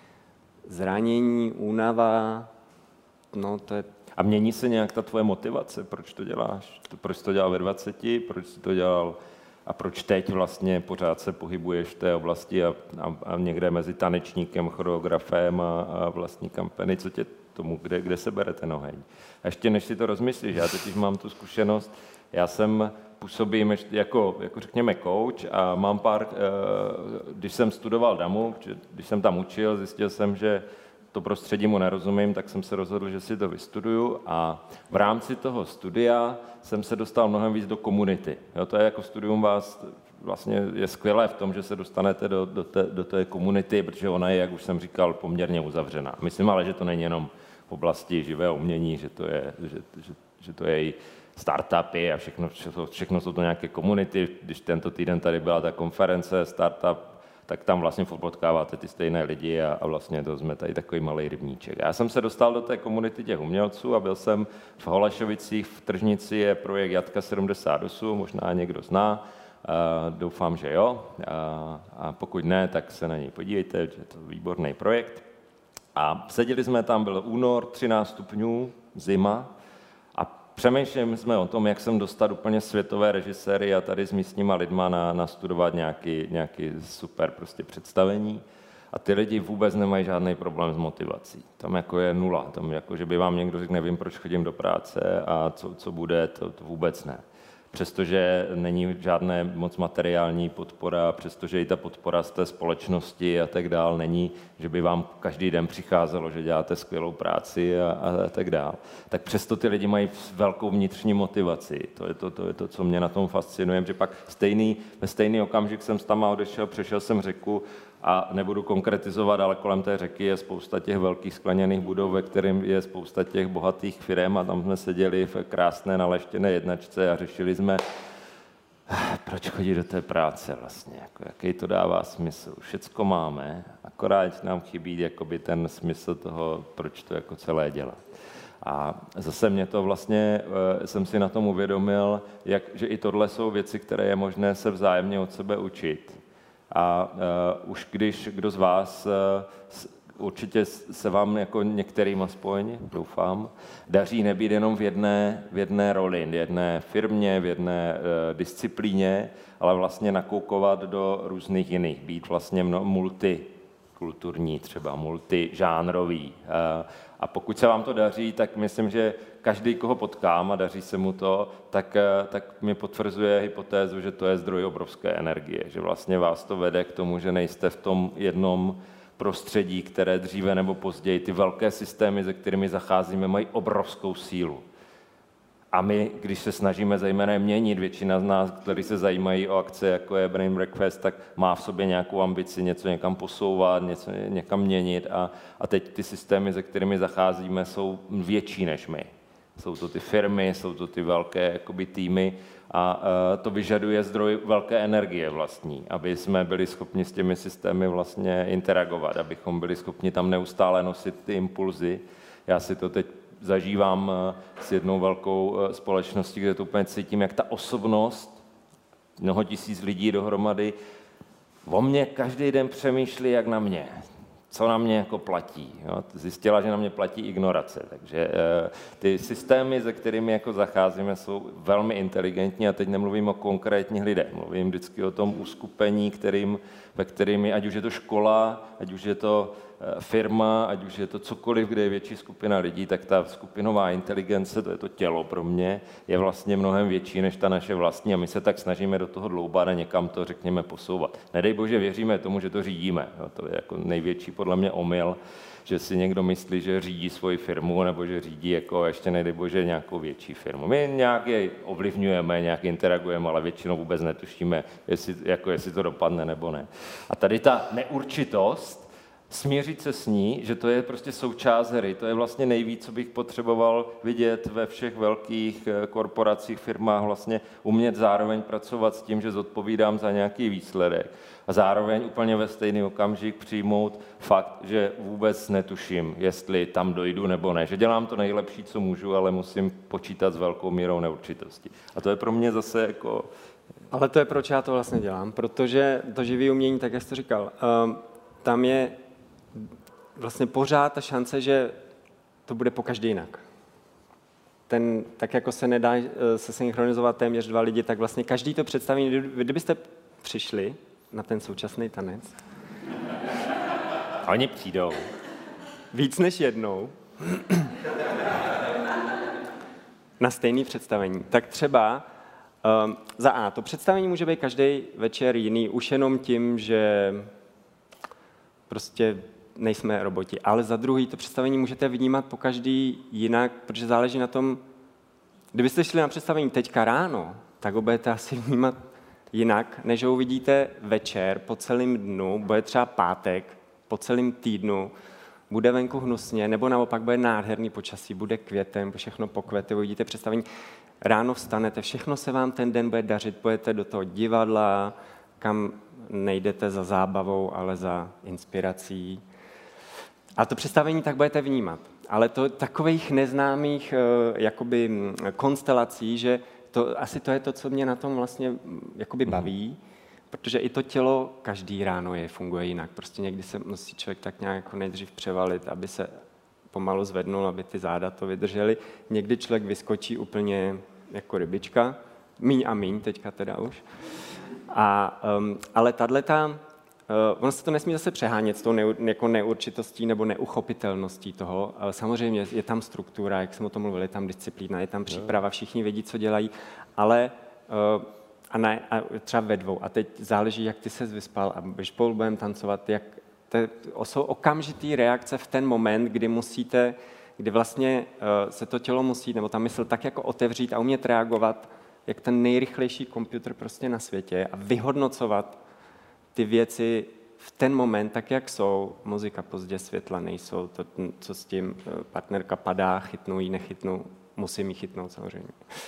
zranění, únava, no to je... A mění se nějak ta tvoje motivace, proč to děláš? Proč jsi to dělal ve dvaceti, proč jsi to dělal a proč teď vlastně pořád se pohybuješ v té oblasti a, a, a někde mezi tanečníkem, choreografem a, a vlastní kampany, co tě tomu, kde, kde se bere ten oheň? A ještě než si to rozmyslíš, já totiž mám tu zkušenost, já jsem působím jako, jako řekněme coach a mám pár, když jsem studoval damu, když jsem tam učil, zjistil jsem, že to prostředí mu nerozumím, tak jsem se rozhodl, že si to vystuduju a v rámci toho studia jsem se dostal mnohem víc do komunity. Jo, to je jako studium vás vlastně je skvělé v tom, že se dostanete do, do, té, do té komunity, protože ona je, jak už jsem říkal, poměrně uzavřená. Myslím ale, že to není jenom v oblasti živého umění, že to je, že, že, že to je i startupy a všechno, všechno, všechno jsou to nějaké komunity. Když tento týden tady byla ta konference startup, tak tam vlastně potkáváte ty stejné lidi a, a vlastně to jsme tady takový malý rybníček. Já jsem se dostal do té komunity těch umělců a byl jsem v Holešovicích, v Tržnici je projekt Jatka sedmdesát osm, možná někdo zná, a doufám, že jo, a, a pokud ne, tak se na něj podívejte, že je to výborný projekt. A seděli jsme tam, byl únor, třináct stupňů, zima, přemýšlím jsme o tom, jak jsem dostat úplně světové režiséry a tady s místníma lidma na, nastudovat nějaký, nějaký super prostě představení. A ty lidi vůbec nemají žádný problém s motivací. Tam jako je nula. Tam jako, že by vám někdo řekl, nevím, proč chodím do práce a co, co bude, to, to vůbec ne. Přestože není žádné moc materiální podpora, přestože i ta podpora z té společnosti a tak dál není, že by vám každý den přicházelo, že děláte skvělou práci a, a, a tak dál. Tak přesto ty lidi mají velkou vnitřní motivaci. To je to, to je to, co mě na tom fascinuje, že pak stejný, ve stejný okamžik jsem tam odešel, přešel jsem řeku a nebudu konkretizovat, ale kolem té řeky je spousta těch velkých skleněných budov, ve kterém je spousta těch bohatých firem a tam jsme seděli v krásné naleštěné jednačce a řešili jsme, proč chodit do té práce vlastně, jako, jaký to dává smysl. Všecko máme, akorát nám chybí jakoby ten smysl toho, proč to jako celé dělat. A zase mě to vlastně, jsem si na tom uvědomil, jak, že i tohle jsou věci, které je možné se vzájemně od sebe učit. A uh, už když kdo z vás, uh, určitě se vám jako některým aspoň, doufám, daří nebýt jenom v jedné, v jedné roli, v jedné firmě, v jedné uh, disciplíně, ale vlastně nakoukovat do různých jiných, být vlastně mno, multikulturní, třeba multižánrový. Uh, a pokud se vám to daří, tak myslím, že každý, koho potkám a daří se mu to, tak, tak mi potvrzuje hypotézu, že to je zdroj obrovské energie, že vlastně vás to vede k tomu, že nejste v tom jednom prostředí, které dříve nebo později, ty velké systémy, se kterými zacházíme, mají obrovskou sílu. A my, když se snažíme zejména měnit, většina z nás, kteří se zajímají o akce, jako je Brain Breakfast, tak má v sobě nějakou ambici něco někam posouvat, něco někam měnit a, a teď ty systémy, se kterými zacházíme, jsou větší než my. Jsou to ty firmy, jsou to ty velké jakoby, týmy a uh, to vyžaduje zdroj velké energie vlastní, aby jsme byli schopni s těmi systémy vlastně interagovat, abychom byli schopni tam neustále nosit ty impulzy. Já si to teď zažívám uh, s jednou velkou uh, společností, kde to úplně cítím, jak ta osobnost, mnoho tisíc lidí dohromady, o mě každý den přemýšlí, jak na mě. Co na mě jako platí. Jo? Zjistila, že na mě platí ignorace. Takže e, ty systémy, se kterými jako zacházíme, jsou velmi inteligentní a teď nemluvím o konkrétních lidech. Mluvím vždycky o tom uskupení, kterým, ve kterými, ať už je to škola, ať už je to e, firma, ať už je to cokoliv, kde je větší skupina lidí, tak ta skupinová inteligence, to je to tělo pro mě, je vlastně mnohem větší než ta naše vlastní a my se tak snažíme do toho dloubat a někam to, řekněme, posouvat. Nedej bože, věříme tomu, že to řídíme. Jo? To je jako největší podle mě omyl, že si někdo myslí, že řídí svoji firmu, nebo že řídí jako ještě nedej bože nějakou větší firmu. My nějak jej ovlivňujeme, nějak interagujeme, ale většinou vůbec netušíme, jestli, jako jestli to dopadne nebo ne. A tady ta neurčitost, smířit se s ní, že to je prostě součást hry, to je vlastně nejvíc, co bych potřeboval vidět ve všech velkých korporacích, firmách, vlastně umět zároveň pracovat s tím, že zodpovídám za nějaký výsledek a zároveň úplně ve stejný okamžik přijmout fakt, že vůbec netuším, jestli tam dojdu nebo ne, že dělám to nejlepší, co můžu, ale musím počítat s velkou mírou neurčitosti. A to je pro mě zase jako... Ale to je, proč já to vlastně dělám, protože to živý umění, tak jak jsi to říkal, um, tam je vlastně pořád ta šance, že to bude pokaždé jinak. Ten, tak jako se nedá se synchronizovat téměř dva lidi, tak vlastně každý to představení, kdybyste přišli na ten současný tanec. Oni přijdou. Víc než jednou. Na stejné představení. Tak třeba um, za A, to představení může být každý večer jiný, už jenom tím, že prostě nejsme roboti. Ale za druhý, to představení můžete vnímat po každý jinak, protože záleží na tom, kdybyste šli na představení teďka ráno, tak ho budete asi vnímat jinak, než ho uvidíte večer, po celém dnu, bude třeba pátek, po celém týdnu, bude venku hnusně, nebo naopak bude nádherný počasí, bude květem, všechno pokvete, uvidíte představení, ráno vstanete, všechno se vám ten den bude dařit, budete do toho divadla, kam nejdete za zábavou, ale za inspirací. A to představení tak budete vnímat. Ale to takových neznámých jakoby konstelací, že to, asi to je to, co mě na tom vlastně jakoby baví, protože i to tělo každý ráno je, funguje jinak. Prostě někdy se musí člověk tak nějak jako nejdřív převalit, aby se pomalu zvednul, aby ty záda to vydržely. Někdy člověk vyskočí úplně jako rybička, míň a míň, teďka teda už. A, um, ale tato Uh, ono se to nesmí zase přehánět s tou neu, jako neurčitostí nebo neuchopitelností toho. Uh, samozřejmě je tam struktura, jak jsem o tom mluvil, je tam disciplína, je tam příprava, všichni vědí, co dělají, ale uh, a, ne, a třeba ve dvou. A teď záleží, jak ty ses vyspal a když spolu budeme tancovat, jak te, jsou okamžitý reakce v ten moment, kdy musíte, kdy vlastně uh, se to tělo musí, nebo ta mysl tak jako otevřít a umět reagovat, jak ten nejrychlejší počítač prostě na světě a vyhodnocovat ty věci v ten moment, tak jak jsou. Muzika pozdě, světla nejsou, to, co s tím partnerka padá, chytnu ji, nechytnu, musím ji chytnout samozřejmě.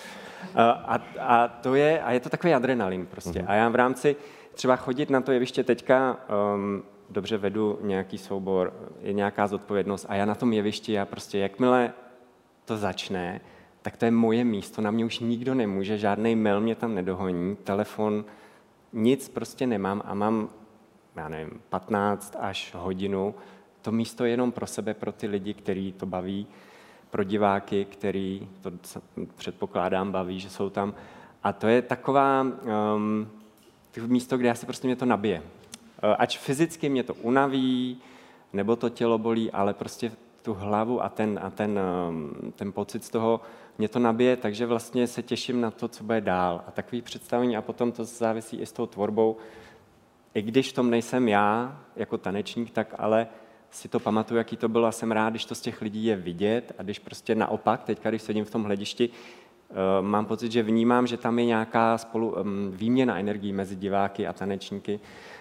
A, a, to je, a je to takový adrenalin prostě. Uh-huh. A já v rámci třeba chodit na to jeviště teďka, um, dobře vedu nějaký soubor, je nějaká zodpovědnost a já na tom jevišti, já prostě jakmile to začne, tak to je moje místo, na mě už nikdo nemůže, žádný mail mě tam nedohoní, telefon, nic prostě nemám a mám, já nevím, patnáct až hodinu. To místo je jenom pro sebe, pro ty lidi, který to baví, pro diváky, který to předpokládám baví, že jsou tam. A to je taková um, místo, kde já si prostě mě to nabije. Ač fyzicky mě to unaví, nebo to tělo bolí, ale prostě tu hlavu a ten, a ten, um, ten pocit z toho mě to nabije, takže vlastně se těším na to, co bude dál. A takový představení a potom to závisí i s tou tvorbou. I když v tom nejsem já jako tanečník, tak ale si to pamatuju, jaký to bylo a jsem rád, když to z těch lidí je vidět a když prostě naopak, teďka, když sedím v tom hledišti, uh, mám pocit, že vnímám, že tam je nějaká spolu um, výměna energií mezi diváky a tanečníky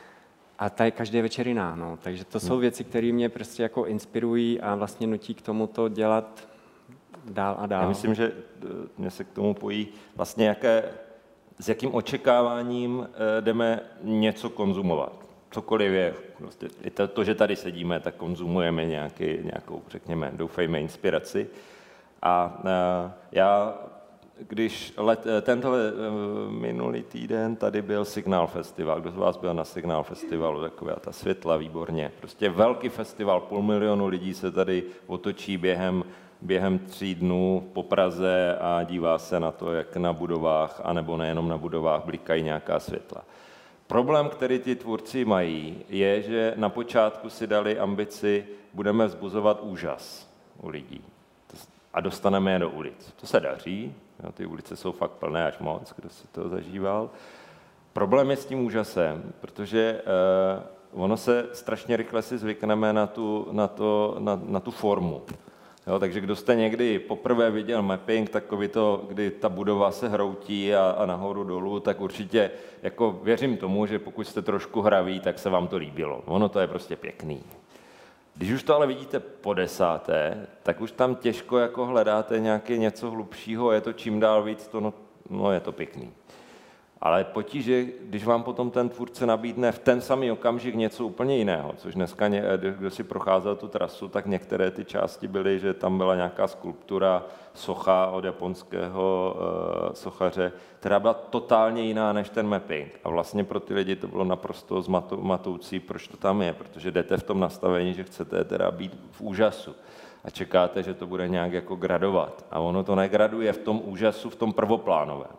a ta je každý večer jiná, no. Takže to jsou věci, které mě prostě jako inspirují a vlastně nutí k tomu to dělat dál a dál. Já myslím, že mě se k tomu pojí vlastně jaké, s jakým očekáváním jdeme něco konzumovat. Cokoliv je, vlastně, i to, to, že tady sedíme, tak konzumujeme nějaký, nějakou, řekněme, doufejme, inspiraci. A, a já, když let, tenhle minulý týden tady byl Signál festival, kdo z vás byl na Signál festivalu, taková ta světla, výborně. Prostě velký festival, půl milionu lidí se tady otočí během během tří dnů po Praze a dívá se na to, jak na budovách, anebo nejenom na budovách, blikají nějaká světla. Problém, který ti tvůrci mají, je, že na počátku si dali ambici, budeme vzbuzovat úžas u lidí a dostaneme je do ulic. To se daří, jo, ty ulice jsou fakt plné až moc, kdo si to zažíval. Problém je s tím úžasem, protože eh, ono se strašně rychle si zvykneme na tu, na to, na, na tu formu. Jo, takže kdo jste někdy poprvé viděl mapping, takový to, kdy ta budova se hroutí a, a nahoru dolů, tak určitě jako věřím tomu, že pokud jste trošku hraví, tak se vám to líbilo. Ono to je prostě pěkný. Když už to ale vidíte po desáté, tak už tam těžko jako hledáte nějaké něco hlubšího, je to čím dál víc, to no, no je to pěkný. Ale potíže, když vám potom ten tvůrce nabídne v ten samý okamžik něco úplně jiného, což dneska, kdo si procházel tu trasu, tak některé ty části byly, že tam byla nějaká skulptura, socha od japonského uh, sochaře, která byla totálně jiná než ten mapping. A vlastně pro ty lidi to bylo naprosto zmatoucí, proč to tam je, protože jdete v tom nastavení, že chcete teda být v úžasu a čekáte, že to bude nějak jako gradovat. A ono to negraduje v tom úžasu, v tom prvoplánovém.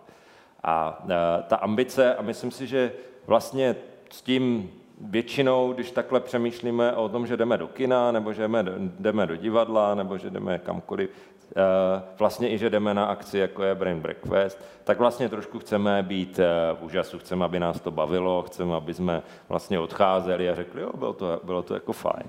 A ta ambice, a myslím si, že vlastně s tím většinou, když takhle přemýšlíme o tom, že jdeme do kina, nebo že jdeme, jdeme do divadla, nebo že jdeme kamkoliv, vlastně i že jdeme na akci, jako je Brain Breakfast, tak vlastně trošku chceme být v úžasu, chceme, aby nás to bavilo, chceme, aby jsme vlastně odcházeli a řekli, jo, bylo to, bylo to jako fajn.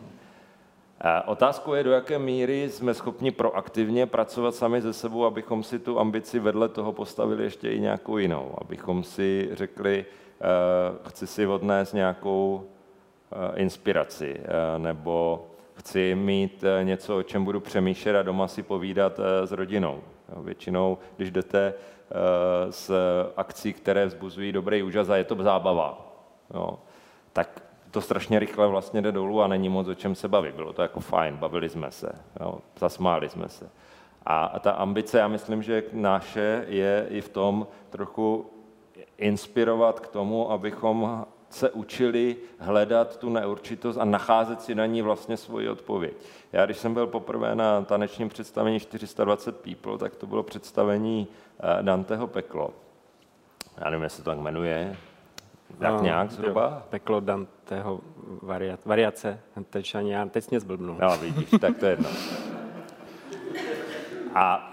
Otázkou je, do jaké míry jsme schopni proaktivně pracovat sami ze sebou, abychom si tu ambici vedle toho postavili ještě i nějakou jinou. Abychom si řekli, chci si odnést nějakou inspiraci, nebo chci mít něco, o čem budu přemýšlet a doma si povídat s rodinou. Většinou, když jdete z akcí, které vzbuzují dobrý úžas a je to zábava, jo, tak to strašně rychle vlastně jde dolů a není moc o čem se bavit. Bylo to jako fajn, bavili jsme se, jo, zasmáli jsme se. A, a ta ambice, já myslím, že naše je i v tom trochu inspirovat k tomu, abychom se učili hledat tu neurčitost a nacházet si na ní vlastně svoji odpověď. Já, když jsem byl poprvé na tanečním představení čtyři sta dvacet people, tak to bylo představení Danteho Peklo. Já nevím, jestli to tak jmenuje, Jak no, nějak zhruba? Jo, peklo Danteho variace, variace teď ani já teď mě zblbnu. No vidíš, tak to je jedno. A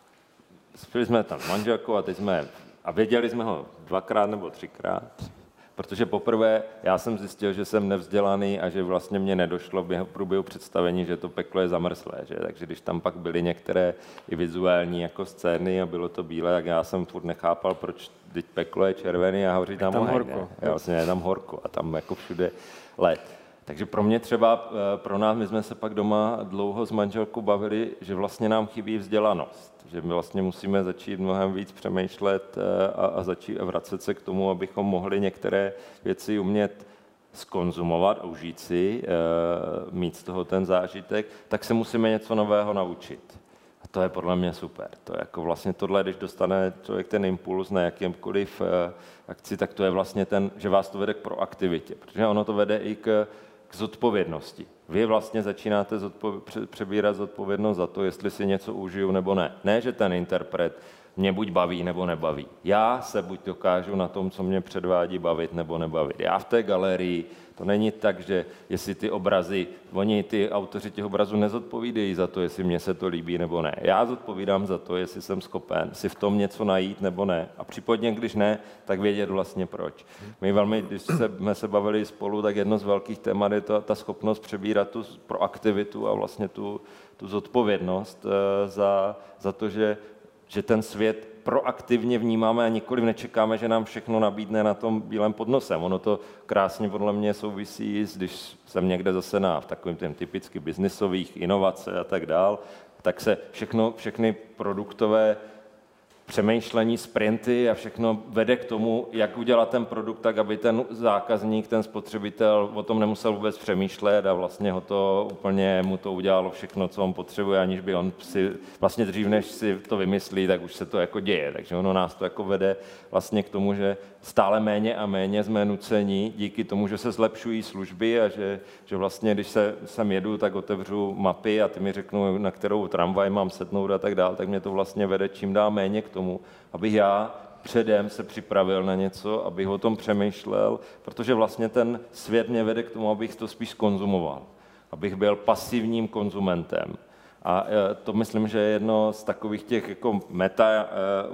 spili jsme tam s manželkou a teď jsme, a věděli jsme ho dvakrát nebo třikrát, protože poprvé já jsem zjistil, že jsem nevzdělaný a že vlastně mě nedošlo v průběhu představení, že to peklo je zamrzlé, že? Takže když tam pak byly některé i vizuální jako scény a bylo to bílé, tak já jsem furt nechápal, proč teď peklo je červený a hoří tam, tam oheň, horko. Já vlastně je tam horko a tam jako všude led. Takže pro mě třeba, pro nás, my jsme se pak doma dlouho s manželkou bavili, že vlastně nám chybí vzdělanost, že my vlastně musíme začít mnohem víc přemýšlet a, a začít vracet se k tomu, abychom mohli některé věci umět skonzumovat a užít si, mít z toho ten zážitek, tak se musíme něco nového naučit. A to je podle mě super. To je jako vlastně tohle, když dostane člověk ten impuls na jakýmkoliv akci, tak to je vlastně ten, že vás to vede k proaktivitě, protože ono to vede i k k zodpovědnosti. Vy vlastně začínáte zodpo- přebírat zodpovědnost za to, jestli si něco užiju nebo ne. Ne, že ten interpret mě buď baví nebo nebaví. Já se buď dokážu na tom, co mě předvádí, bavit nebo nebavit. Já v té galerii, to není tak, že jestli ty obrazy, oni ty autoři těch obrazů nezodpovídají za to, jestli mně se to líbí nebo ne. Já zodpovídám za to, jestli jsem schopen si v tom něco najít nebo ne. A případně, když ne, tak vědět vlastně proč. My velmi, když jsme se bavili spolu, tak jedno z velkých témat je to, ta schopnost přebírat tu proaktivitu a vlastně tu, tu zodpovědnost za, za to, že že ten svět proaktivně vnímáme a nikoliv nečekáme, že nám všechno nabídne na tom bílém podnosem. Ono to krásně podle mě souvisí, když jsem někde zase na v takovým těm typicky biznisových inovace a tak dál, tak se všechno, všechny produktové přemýšlení, sprinty a všechno vede k tomu, jak udělat ten produkt tak, aby ten zákazník, ten spotřebitel o tom nemusel vůbec přemýšlet a vlastně ho to úplně mu to udělalo všechno, co on potřebuje, aniž by on si, vlastně dřív, než si to vymyslí, tak už se to jako děje. Takže ono nás to jako vede vlastně k tomu, že stále méně a méně jsme nuceni díky tomu, že se zlepšují služby a že, že vlastně, když se sem jedu, tak otevřu mapy a ty mi řeknou, na kterou tramvaj mám sednout a tak dál, tak mě to vlastně vede čím dál méně k tomu, abych já předem se připravil na něco, abych o tom přemýšlel, protože vlastně ten svět mě vede k tomu, abych to spíš konzumoval, abych byl pasivním konzumentem. A to myslím, že je jedno z takových těch jako meta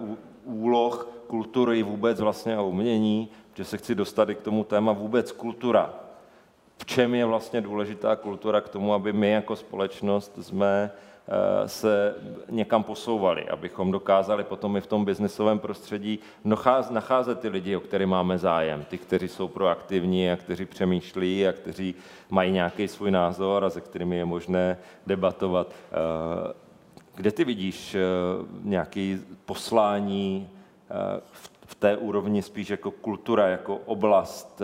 úloh kultury vůbec vlastně a umění, že se chci dostat i k tomu téma vůbec kultura. V čem je vlastně důležitá kultura k tomu, aby my jako společnost jsme se někam posouvali, abychom dokázali potom i v tom biznesovém prostředí nacházet ty lidi, o které máme zájem, ty, kteří jsou proaktivní a kteří přemýšlí a kteří mají nějaký svůj názor a se kterými je možné debatovat. Kde ty vidíš nějaké poslání v té úrovni spíš jako kultura, jako oblast,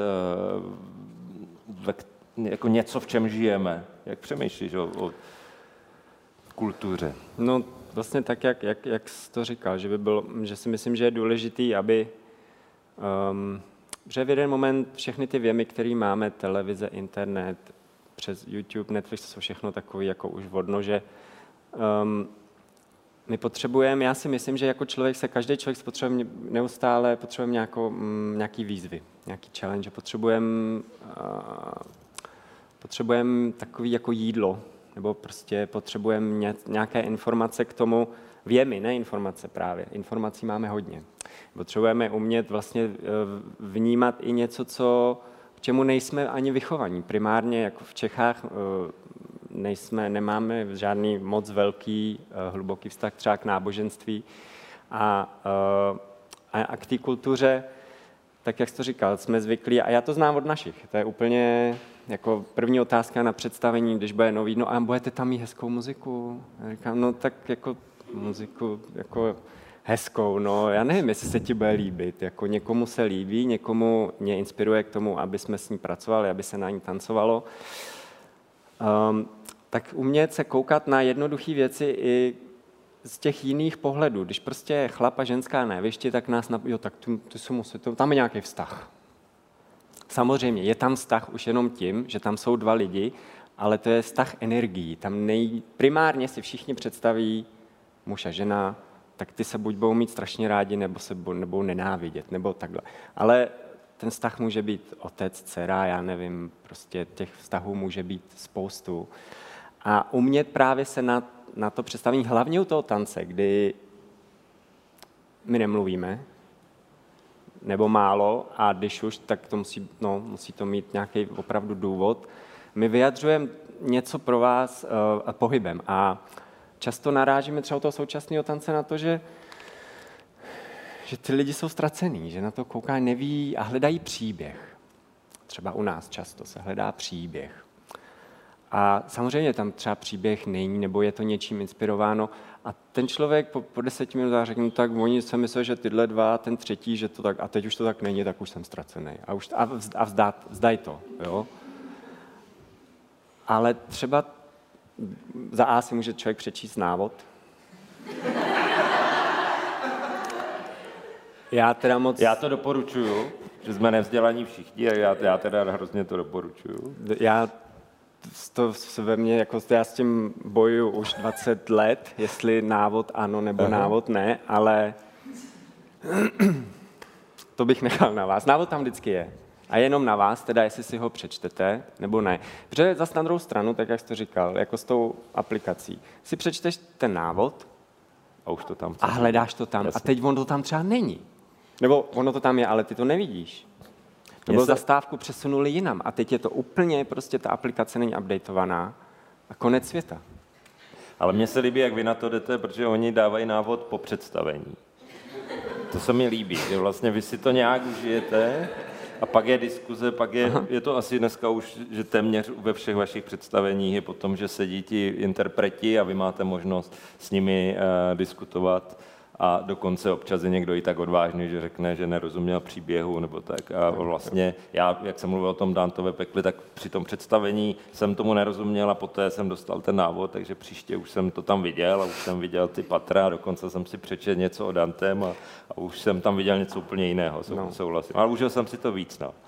jako něco, v čem žijeme? Jak přemýšlíš o, o kultuře? No vlastně tak, jak, jak, jak jsi to říkal, že, by bylo, že si myslím, že je důležitý, aby um, že v jeden moment všechny ty věmy, které máme, televize, internet, přes YouTube, Netflix, to jsou všechno takové jako už vodno, že um, my potřebujeme, já si myslím, že jako člověk se, každý člověk potřebuje neustále, potřebujeme nějakou, m, nějaký výzvy, nějaký challenge, potřebujeme uh, potřebujeme takový jako jídlo, nebo prostě potřebujeme nějaké informace k tomu, věmy, ne informace právě, informací máme hodně. Potřebujeme umět vlastně vnímat i něco, co, k čemu nejsme ani vychovaní. Primárně jako v Čechách nejsme, nemáme žádný moc velký, hluboký vztah třeba k náboženství a, a, a k té kultuře, tak jak jsi to říkal, jsme zvyklí, a já to znám od našich, to je úplně jako první otázka na představení, když bude nový, no a budete tam mít hezkou muziku? Já říkám, no tak jako muziku, jako hezkou, no já nevím, jestli se ti bude líbit, jako někomu se líbí, někomu mě inspiruje k tomu, aby jsme s ní pracovali, aby se na ní tancovalo. Um, tak umět se koukat na jednoduché věci i z těch jiných pohledů. Když prostě je chlap a ženská na jevišti, tak nás, na... jo, tak tu, tu se musí, to, tam je nějaký vztah. Samozřejmě, je tam vztah už jenom tím, že tam jsou dva lidi, ale to je vztah energií. Tam nej... primárně si všichni představí muž a žena, tak ty se buď budou mít strašně rádi, nebo se budou nenávidět, nebo takhle. Ale ten vztah může být otec, dcera, já nevím, prostě těch vztahů může být spoustu. A umět právě se na, na to představení, hlavně u toho tance, kdy my nemluvíme, nebo málo, a když už, tak to musí, no, musí to mít nějaký opravdu důvod. My vyjadřujeme něco pro vás uh, pohybem a často narážíme třeba u toho současného tance na to, že, že ty lidi jsou ztracený, že na to koukají, neví a hledají příběh. Třeba u nás často se hledá příběh. A samozřejmě tam třeba příběh není, nebo je to něčím inspirováno. A ten člověk po, po deseti minutách řekne, no tak oni se mysleli, že tyhle dva, ten třetí, že to tak, a teď už to tak není, tak už jsem ztracený. A, už, a, vz, a vzdá, vzdaj to, jo. Ale třeba za A si může člověk přečíst návod. Já teda moc... Já to doporučuju, že jsme nevzdělaní všichni, a já, já teda hrozně to doporučuju. Já to ve mně, jako já s tím bojuju už dvacet let, jestli návod ano nebo Aha. návod ne, ale to bych nechal na vás. Návod tam vždycky je. A jenom na vás, teda jestli si ho přečtete, nebo ne. Protože zase na druhou stranu, tak jak jsi to říkal, jako s tou aplikací, si přečteš ten návod a už to tam a hledáš to tam. Jasně. A teď ono to tam třeba není. Nebo ono to tam je, ale ty to nevidíš. Nebo se... zastávku přesunuli jinam a teď je to úplně, prostě ta aplikace není updateovaná a konec světa. Ale mně se líbí, jak vy na to jdete, protože oni dávají návod po představení. To se mi líbí, že vlastně vy si to nějak užijete a pak je diskuze, pak je, je to asi dneska už, že téměř ve všech vašich představeních je potom, že sedí ti interpreti a vy máte možnost s nimi uh, diskutovat. A dokonce občas je někdo i tak odvážný, že řekne, že nerozuměl příběhu nebo tak. A vlastně já, jak jsem mluvil o tom Dantové pekli, tak při tom představení jsem tomu nerozuměl a poté jsem dostal ten návod, takže příště už jsem to tam viděl a už jsem viděl ty patra a dokonce jsem si přečetl něco o Dantem a, a už jsem tam viděl něco úplně jiného, no. Souhlasím. Ale užil jsem si to víc, no.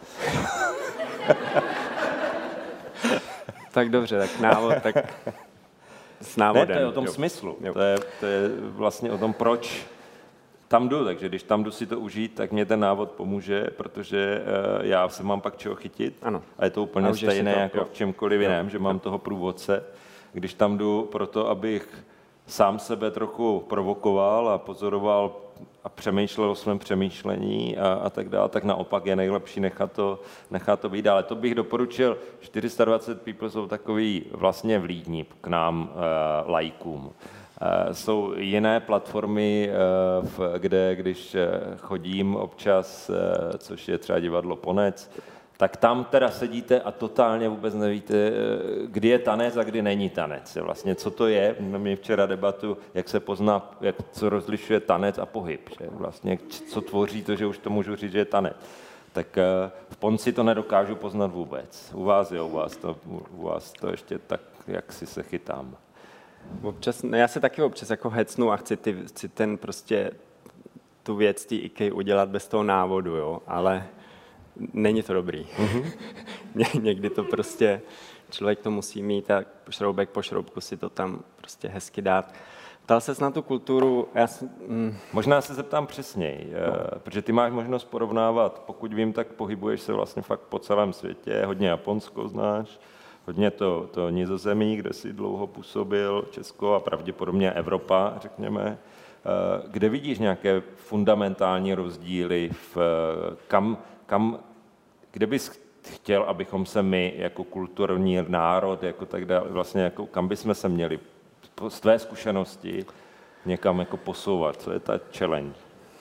Tak dobře, tak návod, tak... S návodem. Ne, to je o tom jo. smyslu. To je, to je vlastně o tom, proč tam jdu. Takže když tam jdu si to užít, tak mě ten návod pomůže, protože uh, já se mám pak čeho chytit. Ano. A je to úplně stejné to, jako jo. v čemkoliv jiném, jo. že mám jo. toho průvodce. Když tam jdu proto, abych sám sebe trochu provokoval a pozoroval a přemýšlel o svém přemýšlení a, a tak dále, tak naopak je nejlepší nechat to, nechat to být. Ale to bych doporučil, čtyři sta dvacet people jsou takový vlastně vlídní k nám e, laikům. E, jsou jiné platformy, e, v, kde když chodím občas, e, což je třeba divadlo Ponec, tak tam teda sedíte a totálně vůbec nevíte, kdy je tanec a kdy není tanec. Vlastně co to je? Měli včera debatu, jak se pozná, jak, co rozlišuje tanec a pohyb. Že? Vlastně co tvoří to, že už to můžu říct, že je tanec. Tak v Ponci to nedokážu poznat vůbec. U vás jo, u vás to, u vás to ještě tak, jak si se chytám. Občas, no já se taky občas jako hecnu a chci, ty, chci ten prostě tu věc, ty IKEA udělat bez toho návodu, jo, ale není to dobrý. Mm-hmm. Někdy to prostě, člověk to musí mít a šroubek po šroubku si to tam prostě hezky dát. Ptal ses na tu kulturu, já si, mm. Možná se zeptám přesněji, no. protože ty máš možnost porovnávat, pokud vím, tak pohybuješ se vlastně fakt po celém světě, hodně Japonsko znáš, hodně to, to Nizozemí, kde jsi dlouho působil, Česko a pravděpodobně Evropa, řekněme. Kde vidíš nějaké fundamentální rozdíly, v, kam, kam, kde bys chtěl, abychom se my jako kulturní národ, jako tak dále, vlastně jako, kam bychom se měli z tvé zkušenosti někam jako posouvat? Co je ta challenge?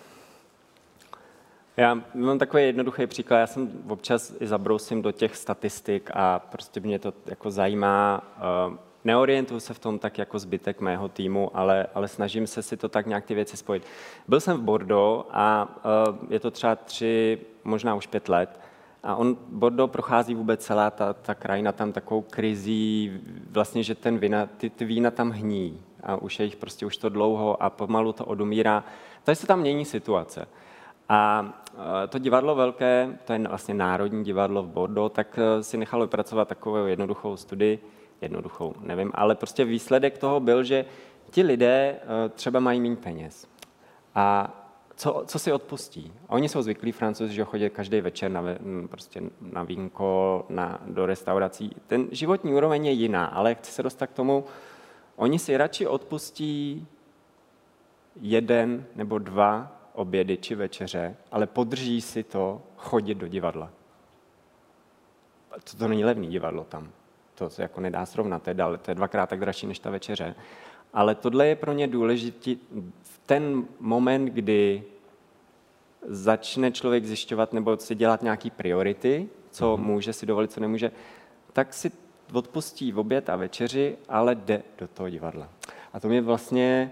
Já mám takový jednoduchý příklad. Já jsem občas i zabrousím do těch statistik a prostě mě to jako zajímá. Neorientuju se v tom tak jako zbytek mého týmu, ale, ale snažím se si to tak nějak ty věci spojit. Byl jsem v Bordeaux a je to třeba tři, možná už pět let. A on, Bordeaux prochází vůbec celá ta, ta krajina tam takovou krizí, vlastně, že ten vína, ty, ty vína tam hní a už je jich prostě už to dlouho a pomalu to odumírá. Takže se tam mění situace. A to divadlo velké, to je vlastně Národní divadlo v Bordeaux, tak si nechalo vypracovat takovou jednoduchou studii, jednoduchou, nevím, ale prostě výsledek toho byl, že ti lidé třeba mají méně peněz. A co, co si odpustí. A oni jsou zvyklí, Francouzi, že chodí každý večer na, prostě na vínko, na, do restaurací. Ten životní úroveň je jiná, ale chci se dostat k tomu, oni si radši odpustí jeden nebo dva obědy či večeře, ale podrží si to chodit do divadla. To, to není levný divadlo tam. To se jako nedá srovnat, to je, dal, to je dvakrát tak dražší než ta večeře. Ale tohle je pro ně důležitý. V ten moment, kdy začne člověk zjišťovat nebo si dělat nějaké priority, co mm. může si dovolit, co nemůže, tak si odpustí v oběd a večeři, ale jde do toho divadla. A to mě vlastně,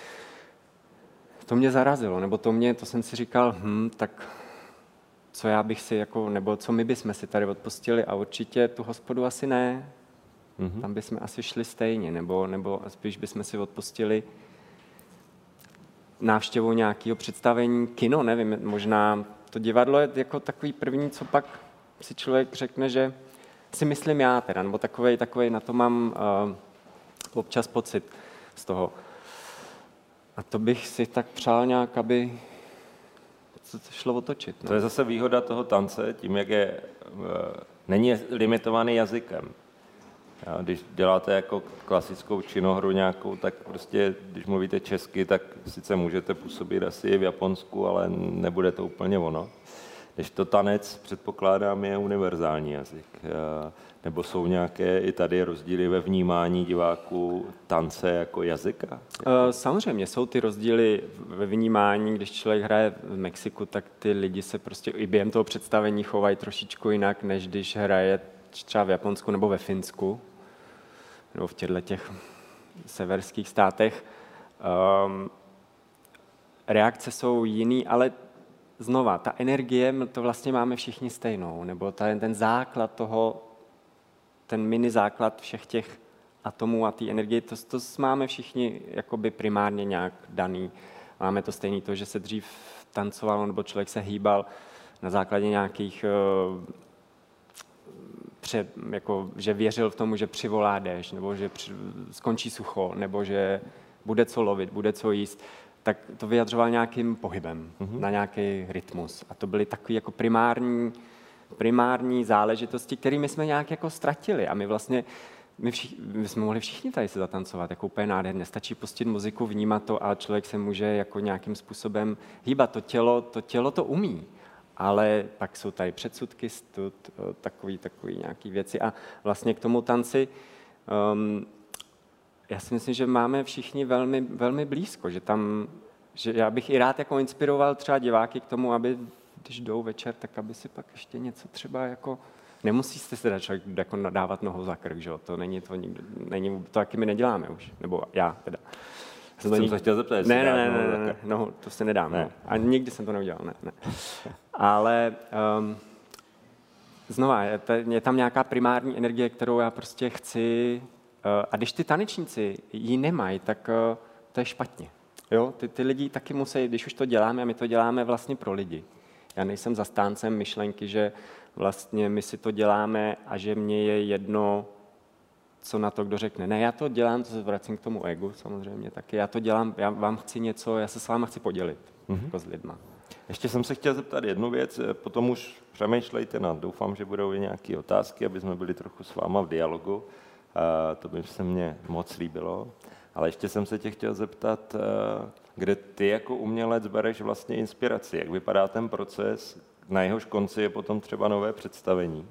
to mě zarazilo, nebo to mě, to jsem si říkal, hm, tak co já bych si, jako, nebo co my bychom si tady odpustili a určitě tu hospodu asi ne. Mm-hmm. Tam bychom asi šli stejně, nebo, nebo spíš bychom si odpustili návštěvu nějakého představení, kino, nevím, možná to divadlo je jako takový první, co pak si člověk řekne, že si myslím já teda, nebo takovej, takovej na to mám uh, občas pocit z toho. A to bych si tak přál nějak, aby to šlo otočit. No. To je zase výhoda toho tance, tím, jak je, uh, není limitovaný jazykem. Já, když děláte jako klasickou činohru nějakou, tak prostě, když mluvíte česky, tak sice můžete působit asi v Japonsku, ale nebude to úplně ono. Když to tanec, předpokládám, je univerzální jazyk. Nebo jsou nějaké i tady rozdíly ve vnímání diváků tance jako jazyka? Samozřejmě jsou ty rozdíly ve vnímání. Když člověk hraje v Mexiku, tak ty lidi se prostě i během toho představení chovají trošičku jinak, než když hraje třeba v Japonsku nebo ve Finsku, nebo v těchto těch severských státech. Um, reakce jsou jiný, ale znova, ta energie, to vlastně máme všichni stejnou, nebo ten, ten základ toho, ten mini základ všech těch atomů a té energie, to, to máme všichni jakoby primárně nějak daný. Máme to stejný to, že se dřív tancovalo, nebo člověk se hýbal na základě nějakých uh, Pře, jako, že věřil v tomu, že přivolá déšť, nebo že při, skončí sucho, nebo že bude co lovit, bude co jíst, tak to vyjadřoval nějakým pohybem, mm-hmm. na nějaký rytmus. A to byly takové jako primární, primární záležitosti, kterými jsme nějak jako ztratili. A my vlastně, my, všichni, my jsme mohli všichni tady se zatancovat, jako úplně nádherně. Stačí pustit muziku, vnímat to a člověk se může jako nějakým způsobem hýbat. To tělo to, tělo to umí. Ale pak jsou tady předsudky, stud, takový, takový nějaký věci. A vlastně k tomu tanci, um, já si myslím, že máme všichni velmi, velmi blízko, že tam, že já bych i rád jako inspiroval třeba diváky k tomu, aby, když jdou večer, tak aby si pak ještě něco třeba jako, nemusí se teda člověk jako nadávat nohou za krk, že? To není to nikdo, není, to taky my neděláme už, nebo já teda. Jsem to se chtěl zeptat, jestli ne, ne, ne, ne, ne, no, to se nedám. Ne. No. A nikdy jsem to neudělal, ne, ne. Ale um, znova, je, to, je tam nějaká primární energie, kterou já prostě chci. Uh, a když ty tanečníci ji nemají, tak uh, to je špatně. Jo? Ty, ty lidi taky musí, když už to děláme, a my to děláme vlastně pro lidi. Já nejsem zastáncem myšlenky, že vlastně my si to děláme a že mně je jedno, co na to kdo řekne. Ne, já to dělám, to se vracím k tomu egu samozřejmě taky. Já to dělám, já vám chci něco, já se s váma chci podělit mm-hmm. jako s lidma. Ještě jsem se chtěl zeptat jednu věc, potom už přemýšlejte na, doufám, že budou i nějaké otázky, aby jsme byli trochu s váma v dialogu. A to by se mně moc líbilo. Ale ještě jsem se tě chtěl zeptat, kde ty jako umělec bereš vlastně inspiraci, jak vypadá ten proces, na jehož konci je potom třeba nové představení.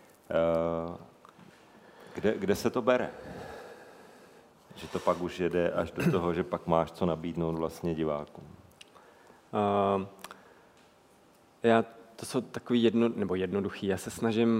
Kde, kde se to bere? Že to pak už jede až do toho, že pak máš co nabídnout vlastně divákům. Uh, já, to jsou takový jedno, nebo jednoduchý. Já se snažím...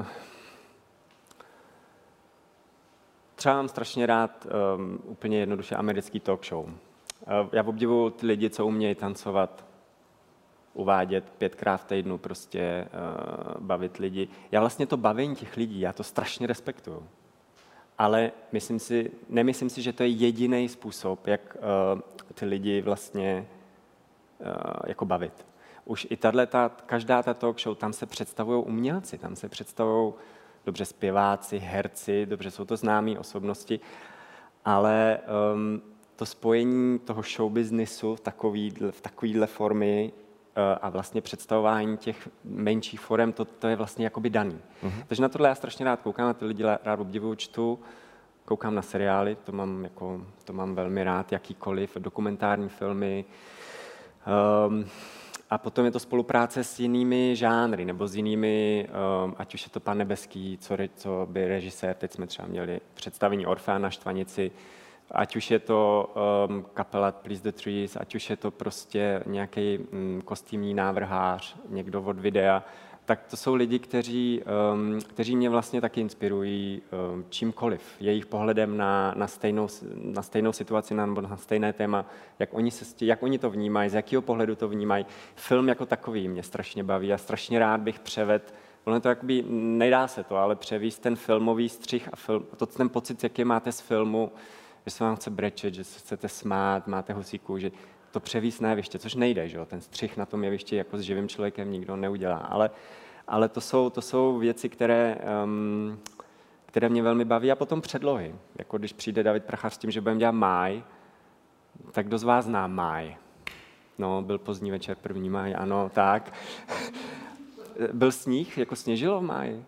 Třeba mám strašně rád um, úplně jednoduše americký talk show. Uh, já obdivuju ty lidi, co umějí tancovat, uvádět pětkrát v týdnu, prostě uh, bavit lidi. Já vlastně to bavení těch lidí, já to strašně respektuju. Ale myslím si, nemyslím si, že to je jediný způsob, jak uh, ty lidi vlastně uh, jako bavit. Už i tato, každá ta talk show, tam se představují umělci, tam se představují dobře zpěváci, herci, dobře jsou to známí osobnosti, ale um, to spojení toho showbiznisu v takový, v takovýhle formy a vlastně představování těch menších forem, to, to je vlastně jakoby daný. Mm-hmm. Takže na tohle já strašně rád koukám, na ty lidi rád obdivuju, čtu, koukám na seriály, to mám, jako, to mám velmi rád, jakýkoliv, dokumentární filmy. Um, a potom je to spolupráce s jinými žánry, nebo s jinými, um, ať už je to Pan nebeský, co, re, co by režisér, teď jsme třeba měli představení Orfea na Štvanici, ať už je to um, kapela Please the Trees, ať už je to prostě nějaký um, kostýmní návrhář, někdo od videa, tak to jsou lidi, kteří, um, kteří mě vlastně taky inspirují um, čímkoliv, jejich pohledem na, na, stejnou, na stejnou situaci nebo na stejné téma, jak oni, se, jak oni to vnímají, z jakého pohledu to vnímají. Film jako takový mě strašně baví a strašně rád bych převedl, ono to jakoby, nedá se to, ale převíst ten filmový střih a film, to, ten pocit, jaký máte z filmu, že se vám chce brečet, že se chcete smát, máte husí kůži, to převíst na jeviště, což nejde, že jo? Ten střih na tom jevišti jako s živým člověkem nikdo neudělá, ale, ale to, jsou, to jsou věci, které, um, které mě velmi baví a potom předlohy, jako když přijde David Prachař s tím, že budeme dělat máj, tak kdo z vás zná máj? No, byl pozdní večer, první máj, ano, tak. Byl sníh, jako sněžilo v máji?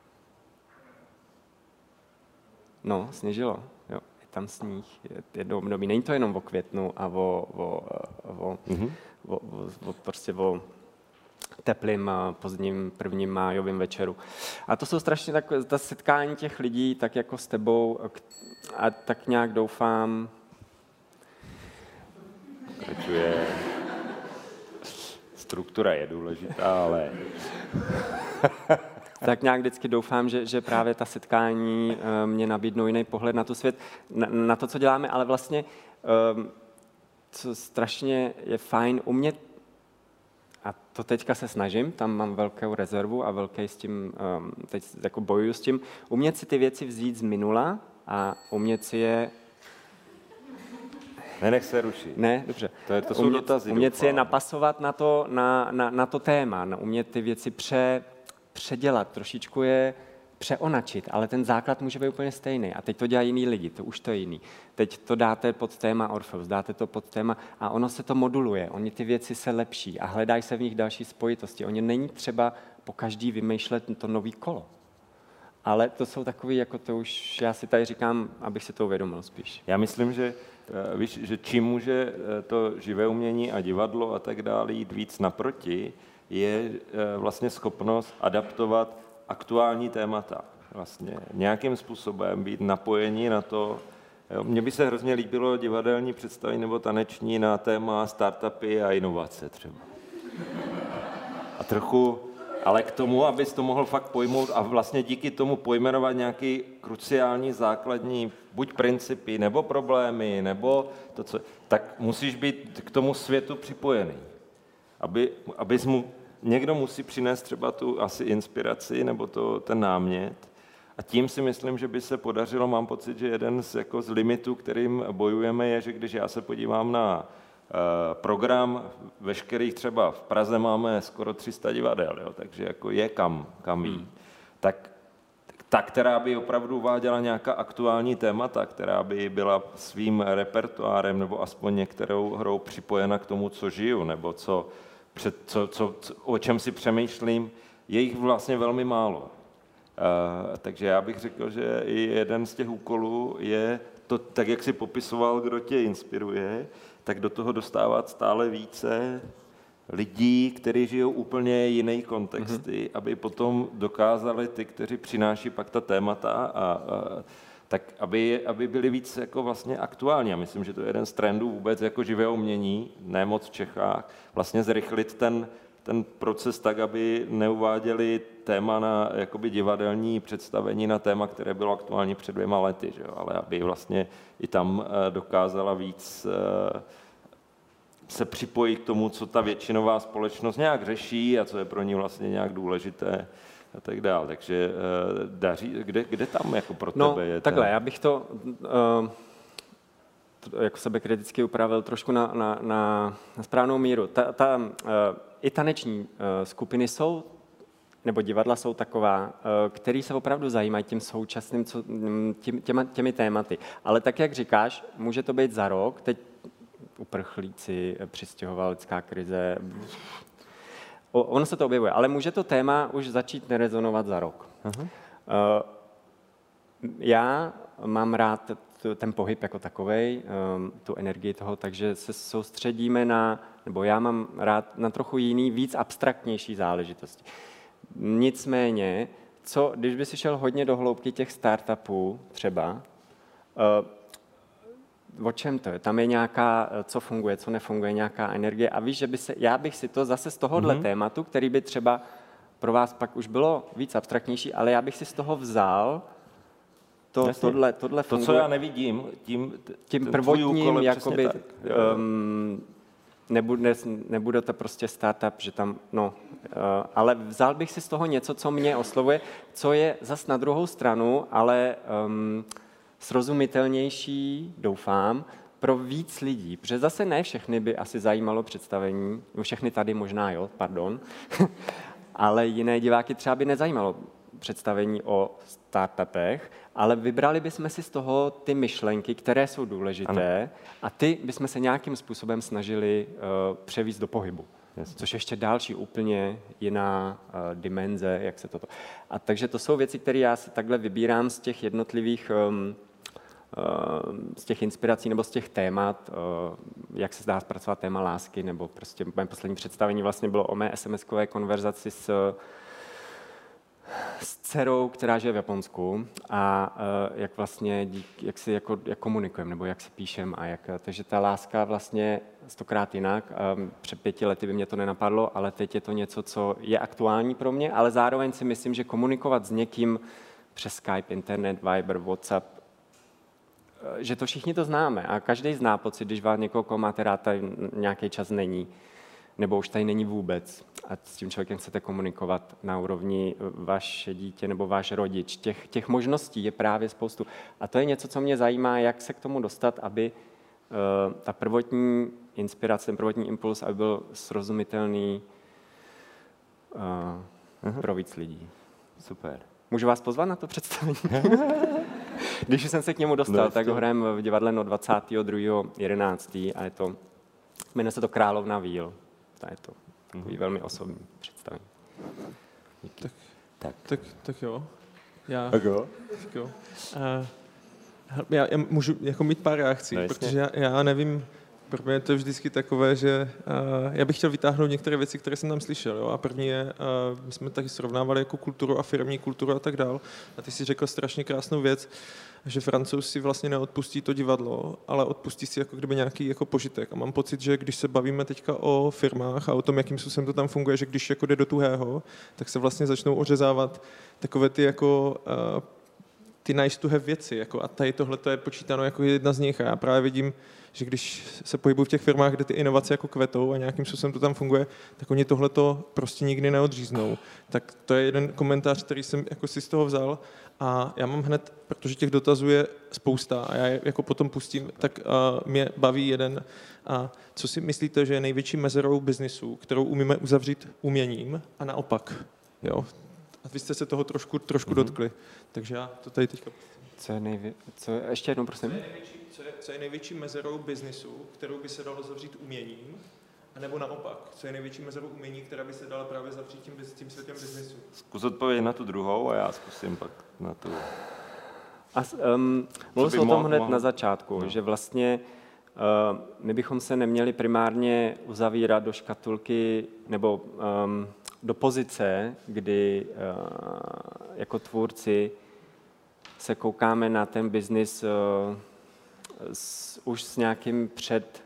No, sněžilo, jo. Tam sníh, je jedno období. Není to jenom o květnu a o, o, o, mm-hmm. o, o, o, prostě o teplým pozdním prvním májovým večeru. A to jsou strašně tak, ta setkání těch lidí, tak jako s tebou, a tak nějak doufám. Pokračuje. Struktura je důležitá, ale... Tak nějak vždycky doufám, že, že právě ta setkání uh, mě nabídnou jiný pohled na tu svět, na, na to, co děláme, ale vlastně um, co strašně je fajn umět, a to teďka se snažím, tam mám velkou rezervu a velký s tím, um, teď jako bojuju s tím, umět si ty věci vzít z minula a umět si je... Nenech se rušit. Ne, dobře. To, je, to jsou umět, dotazy. Umět si je napasovat na to, na, na, na to téma, na umět ty věci pře... předělat, trošičku je přeonačit, ale ten základ může být úplně stejný. A teď to dělají jiný lidi, to už to je jiný. Teď to dáte pod téma Orfeus, dáte to pod téma a ono se to moduluje. Oni ty věci se lepší a hledají se v nich další spojitosti. Oni není třeba po každý vymýšlet to nový kolo. Ale to jsou takový, jako to už, já si tady říkám, abych si to uvědomil spíš. Já myslím, že, víš, že čím může to živé umění a divadlo a tak dále jít víc naproti, je vlastně schopnost adaptovat aktuální témata. Vlastně nějakým způsobem být napojení na to. Mně by se hrozně líbilo divadelní představení nebo taneční na téma startupy a inovace třeba. A trochu, ale k tomu, abys to mohl fakt pojmout a vlastně díky tomu pojmenovat nějaký kruciální základní buď principy, nebo problémy, nebo to, co... Tak musíš být k tomu světu připojený. Aby, abys mu... Někdo musí přinést třeba tu asi inspiraci nebo to, ten námět. A tím si myslím, že by se podařilo, mám pocit, že jeden z, jako z limitů, kterým bojujeme, je, že když já se podívám na uh, program, veškerých třeba v Praze máme skoro tři sta divadel, jo, takže jako je kam, kam jít. Hmm. Tak ta, která by opravdu uváděla nějaká aktuální témata, která by byla svým repertoárem nebo aspoň některou hrou připojena k tomu, co žiju, nebo co Před, co, co, co, o čem si přemýšlím, je jich vlastně velmi málo. Uh, takže já bych řekl, že i jeden z těch úkolů je to, tak jak si popisoval, kdo tě inspiruje, tak do toho dostávat stále více lidí, kteří žijou úplně jiné kontexty, mm-hmm. aby potom dokázali ty, kteří přináší pak ta témata a, a tak aby, aby byly víc jako vlastně aktuální. Já myslím, že to je jeden z trendů vůbec jako živého umění, ne moc v Čechách, vlastně zrychlit ten, ten proces tak, aby neuváděli téma na jakoby divadelní představení na téma, které bylo aktuální před dvěma lety, že jo? Ale aby vlastně i tam dokázala víc se připojit k tomu, co ta většinová společnost nějak řeší a co je pro ní vlastně nějak důležité. A tak dále. Takže uh, daří, kde, kde tam jako pro no, tebe je takhle, ten... já bych to uh, jako sebekriticky upravil trošku na, na, na, na správnou míru. Ta, ta, uh, I taneční uh, skupiny jsou nebo divadla jsou taková, který se opravdu zajímají tím současným, co, tím, těma, těmi tématy. Ale tak, jak říkáš, může to být za rok, teď uprchlíci, přistěhovalecká krize, ono se to objevuje, ale může to téma už začít nerezonovat za rok. Uh-huh. Já mám rád ten pohyb jako takovej, tu energii toho, takže se soustředíme na, nebo já mám rád na trochu jiný, víc abstraktnější záležitosti. Nicméně, co, když by si šel hodně do hloubky těch startupů třeba, o čem to je? Tam je nějaká, co funguje, co nefunguje, nějaká energie a víš, že by se, já bych si to zase z tohohle mm-hmm. tématu, který by třeba pro vás pak už bylo víc abstraktnější, ale já bych si z toho vzal to, tohle, tohle funguje. To, co já nevidím, tím, tím prvotním, jakoby, um, nebude, nebude to prostě startup, že tam, no, uh, ale vzal bych si z toho něco, co mě oslovuje, co je zas na druhou stranu, ale um, srozumitelnější, doufám, pro víc lidí, protože zase ne všechny by asi zajímalo představení, všechny tady možná jo, pardon, ale jiné diváky třeba by nezajímalo představení o startupech, ale vybrali bychom si z toho ty myšlenky, které jsou důležité ano. a ty bychom se nějakým způsobem snažili uh, převízt do pohybu. Jasně. Což je ještě další úplně jiná uh, dimenze, jak se toto. A takže to jsou věci, které já si takhle vybírám z těch jednotlivých um, z těch inspirací nebo z těch témat, jak se dá zpracovat téma lásky, nebo prostě moje poslední představení vlastně bylo o mé es em eskové konverzaci s, s dcerou, která žije v Japonsku a jak vlastně, dík, jak si jako, jak komunikujeme, nebo jak si píšem a jak, takže ta láska vlastně stokrát jinak. Před pěti lety by mě to nenapadlo, ale teď je to něco, co je aktuální pro mě, ale zároveň si myslím, že komunikovat s někým přes Skype, internet, Viber, WhatsApp, že to všichni to známe a každý zná pocit, když vás někoho, koho máte rád, tady nějaký čas není, nebo už tady není vůbec a s tím člověkem chcete komunikovat na úrovni vaše dítě nebo váš rodič. Těch, těch možností je právě spoustu. A to je něco, co mě zajímá, jak se k tomu dostat, aby uh, ta prvotní inspirace, ten prvotní impuls, aby byl srozumitelný uh, pro víc lidí. Super. Můžu vás pozvat na to představení? Když jsem se k němu dostal, no, tak ho hrajeme v divadle no dvacátého druhého jedenáctého a je to, jmenuje se to Královna víl. To je to takový mm-hmm. velmi osobní představení. Tak, tak. tak, tak jo. Já, tak jo. Tak jo. Uh, já, já můžu jako mít pár reakcí, no, protože já, já nevím, pro mě je to vždycky takové, že uh, já bych chtěl vytáhnout některé věci, které jsem tam slyšel. Jo? A první je, uh, my jsme taky srovnávali jako kulturu a firmní kulturu a tak dál. A ty si řekl strašně krásnou věc, že Francouz si vlastně neodpustí to divadlo, ale odpustí si jako kdyby nějaký jako požitek. A mám pocit, že když se bavíme teďka o firmách a o tom, jakým způsobem to tam funguje, že když jako jde do tuhého, tak se vlastně začnou ořezávat takové ty jako uh, ty nice to have věci. Jako, a tady tohle je počítáno jako jedna z nich. A já právě vidím, že když se pohybuju v těch firmách, kde ty inovace jako kvetou a nějakým způsobem to tam funguje, tak oni tohleto prostě nikdy neodříznou. Tak to je jeden komentář, který jsem jako si z toho vzal a já mám hned, protože těch dotazů je spousta a já je jako potom pustím, tak uh, mě baví jeden. A co si myslíte, že je největší mezerou biznisu, kterou umíme uzavřít uměním a naopak? Jo? A vy jste se toho trošku, trošku mm-hmm. dotkli, takže já to tady teďka... Co je nejvě... co je... Ještě jednou, prosím. Co je největší, co je, co je největší mezerou biznisu, kterou by se dalo zavřít uměním, anebo naopak? Co je největší mezerou umění, která by se dala právě zavřít tím, tím světem biznisu? Zkus odpovědět na tu druhou a já zkusím pak na tu... A um, mluvil jsem o tom hned mohl... na začátku, no. že vlastně uh, my bychom se neměli primárně uzavírat do škatulky nebo um, do pozice, kdy uh, jako tvůrci se koukáme na ten biznis uh, s, už s nějakým před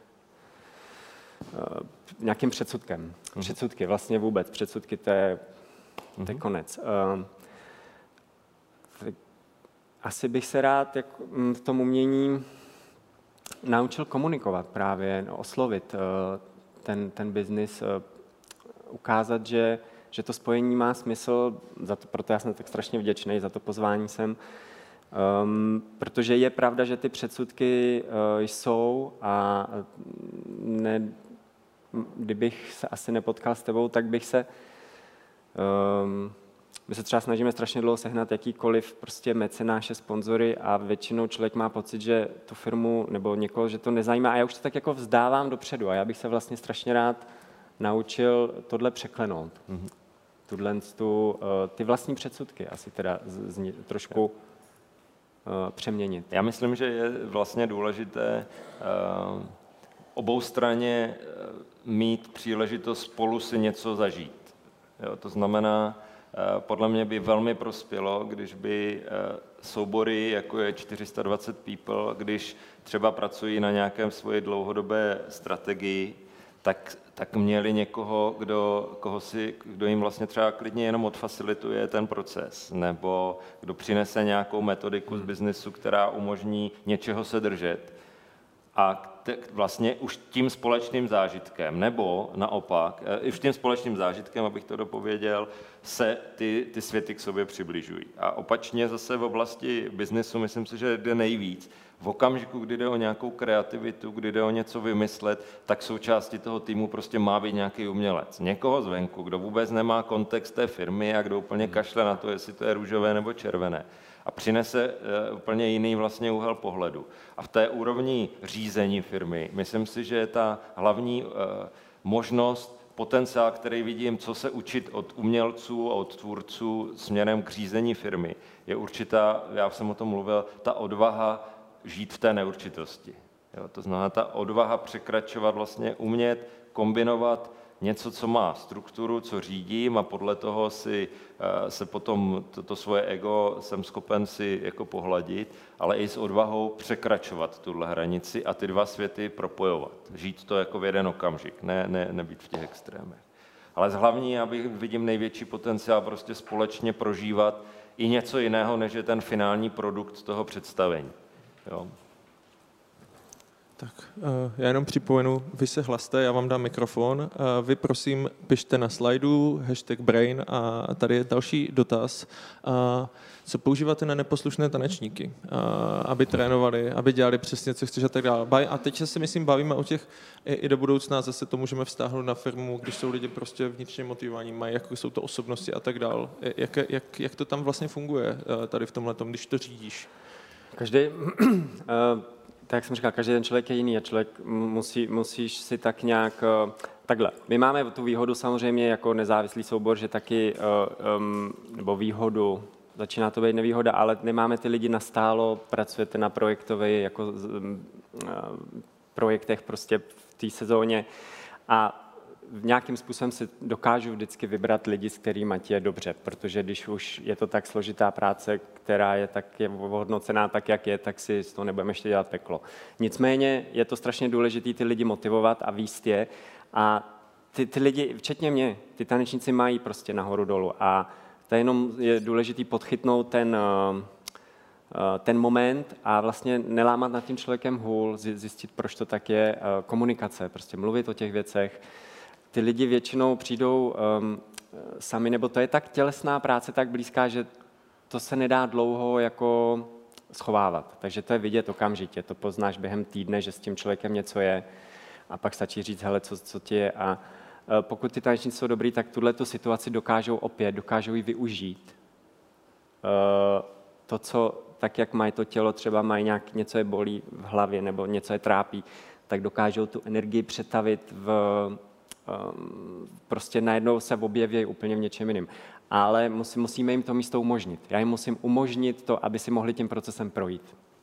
uh, nějakým předsudkem. Mm-hmm. Předsudky, vlastně vůbec. Předsudky, to je, to je mm-hmm. konec. Uh, asi bych se rád jak, v tom umění naučil komunikovat právě, no, oslovit uh, ten, ten biznis, uh, ukázat, že, že to spojení má smysl, za to, proto já jsem tak strašně vděčný za to pozvání sem, um, protože je pravda, že ty předsudky uh, jsou a ne, kdybych se asi nepotkal s tebou, tak bych se um, my se třeba snažíme strašně dlouho sehnat jakýkoliv prostě mecenáše, sponzory a většinou člověk má pocit, že tu firmu nebo někoho, že to nezajímá a já už to tak jako vzdávám dopředu a já bych se vlastně strašně rád naučil tohle překlenout. Mm-hmm. Tudle tu, ty vlastní předsudky asi teda z, z, trošku uh, přeměnit. Já myslím, že je vlastně důležité uh, obou straně mít příležitost spolu si něco zažít. Jo, to znamená, podle mě by velmi prospělo, když by soubory, jako je čtyři sta dvacet people, když třeba pracují na nějakém svoji dlouhodobé strategii, tak, tak měli někoho, kdo, koho si, kdo jim vlastně třeba klidně jenom odfacilituje ten proces, nebo kdo přinese nějakou metodiku z biznesu, která umožní něčeho se držet. A vlastně už tím společným zážitkem, nebo naopak, už tím společným zážitkem, abych to dopověděl, se ty, ty světy k sobě přibližují. A opačně zase v oblasti biznesu, myslím si, že jde nejvíc. V okamžiku, kdy jde o nějakou kreativitu, kdy jde o něco vymyslet, tak součástí toho týmu prostě má být nějaký umělec. Někoho zvenku, kdo vůbec nemá kontext té firmy a kdo úplně kašle na to, jestli to je růžové nebo červené. A přinese uh, úplně jiný vlastně úhel pohledu. A v té úrovni řízení firmy, myslím si, že je ta hlavní uh, možnost, potenciál, který vidím, co se učit od umělců a od tvůrců směrem k řízení firmy, je určitá, já jsem o tom mluvil, ta odvaha žít v té neurčitosti. Jo, to znamená ta odvaha překračovat, vlastně umět kombinovat něco, co má strukturu, co řídím a podle toho si se potom toto svoje ego jsem schopen si jako pohladit, ale i s odvahou překračovat tuhle hranici a ty dva světy propojovat. Žít to jako v jeden okamžik, ne, ne, nebýt v těch extrémech. Ale z hlavní, já bych vidím největší potenciál prostě společně prožívat i něco jiného, než je ten finální produkt toho představení. Jo. Tak já jenom připomenu, vy se hlaste, já vám dám mikrofon. Vy prosím pište na slajdu hashtag Brain a tady je další dotaz. Co používáte na neposlušné tanečníky, aby trénovali, aby dělali přesně, co chceš a tak dále. A teď si myslím, bavíme o těch i do budoucna, zase to můžeme vztáhnout na firmu, když jsou lidi prostě vnitřně motivovaní, mají, jako jsou to osobnosti a tak dále. Jak, jak, jak to tam vlastně funguje tady v tomhletom, když to řídíš? Každý... Tak jak jsem říkal, každý ten člověk je jiný a člověk musí, musíš si tak nějak... Takhle, my máme tu výhodu samozřejmě jako nezávislý soubor, že taky, um, nebo výhodu, začíná to být nevýhoda, ale nemáme ty lidi nastálo, pracujete na projektových jako um, projektech prostě v té sezóně a v nějakým způsobem si dokážu vždycky vybrat lidi, s kterými ti je dobře, protože když už je to tak složitá práce, která je tak je hodnocená tak, jak je, tak si z toho nebudeme ještě dělat peklo. Nicméně je to strašně důležité ty lidi motivovat a víst je a ty, ty lidi, včetně mě, ty tanečníci mají prostě nahoru dolů a to jenom je důležité podchytnout ten, ten moment a vlastně nelámat nad tím člověkem hůl, zjistit, proč to tak je, komunikace, prostě mluvit o těch věcech. Ty lidi většinou přijdou um, sami, nebo to je tak tělesná práce, tak blízká, že to se nedá dlouho jako schovávat. Takže to je vidět okamžitě, to poznáš během týdne, že s tím člověkem něco je a pak stačí říct, hele, co, co ti je. A uh, pokud ty tanečníci jsou dobrý, tak tuhle tu situaci dokážou opět, dokážou ji využít. Uh, to, co tak, jak mají to tělo, třeba mají nějak, něco je bolí v hlavě nebo něco je trápí, tak dokážou tu energii přetavit v prostě najednou se objeví úplně v něčem jiném. Ale musí, musíme jim to místo umožnit. Já jim musím umožnit to, aby si mohli tím procesem projít.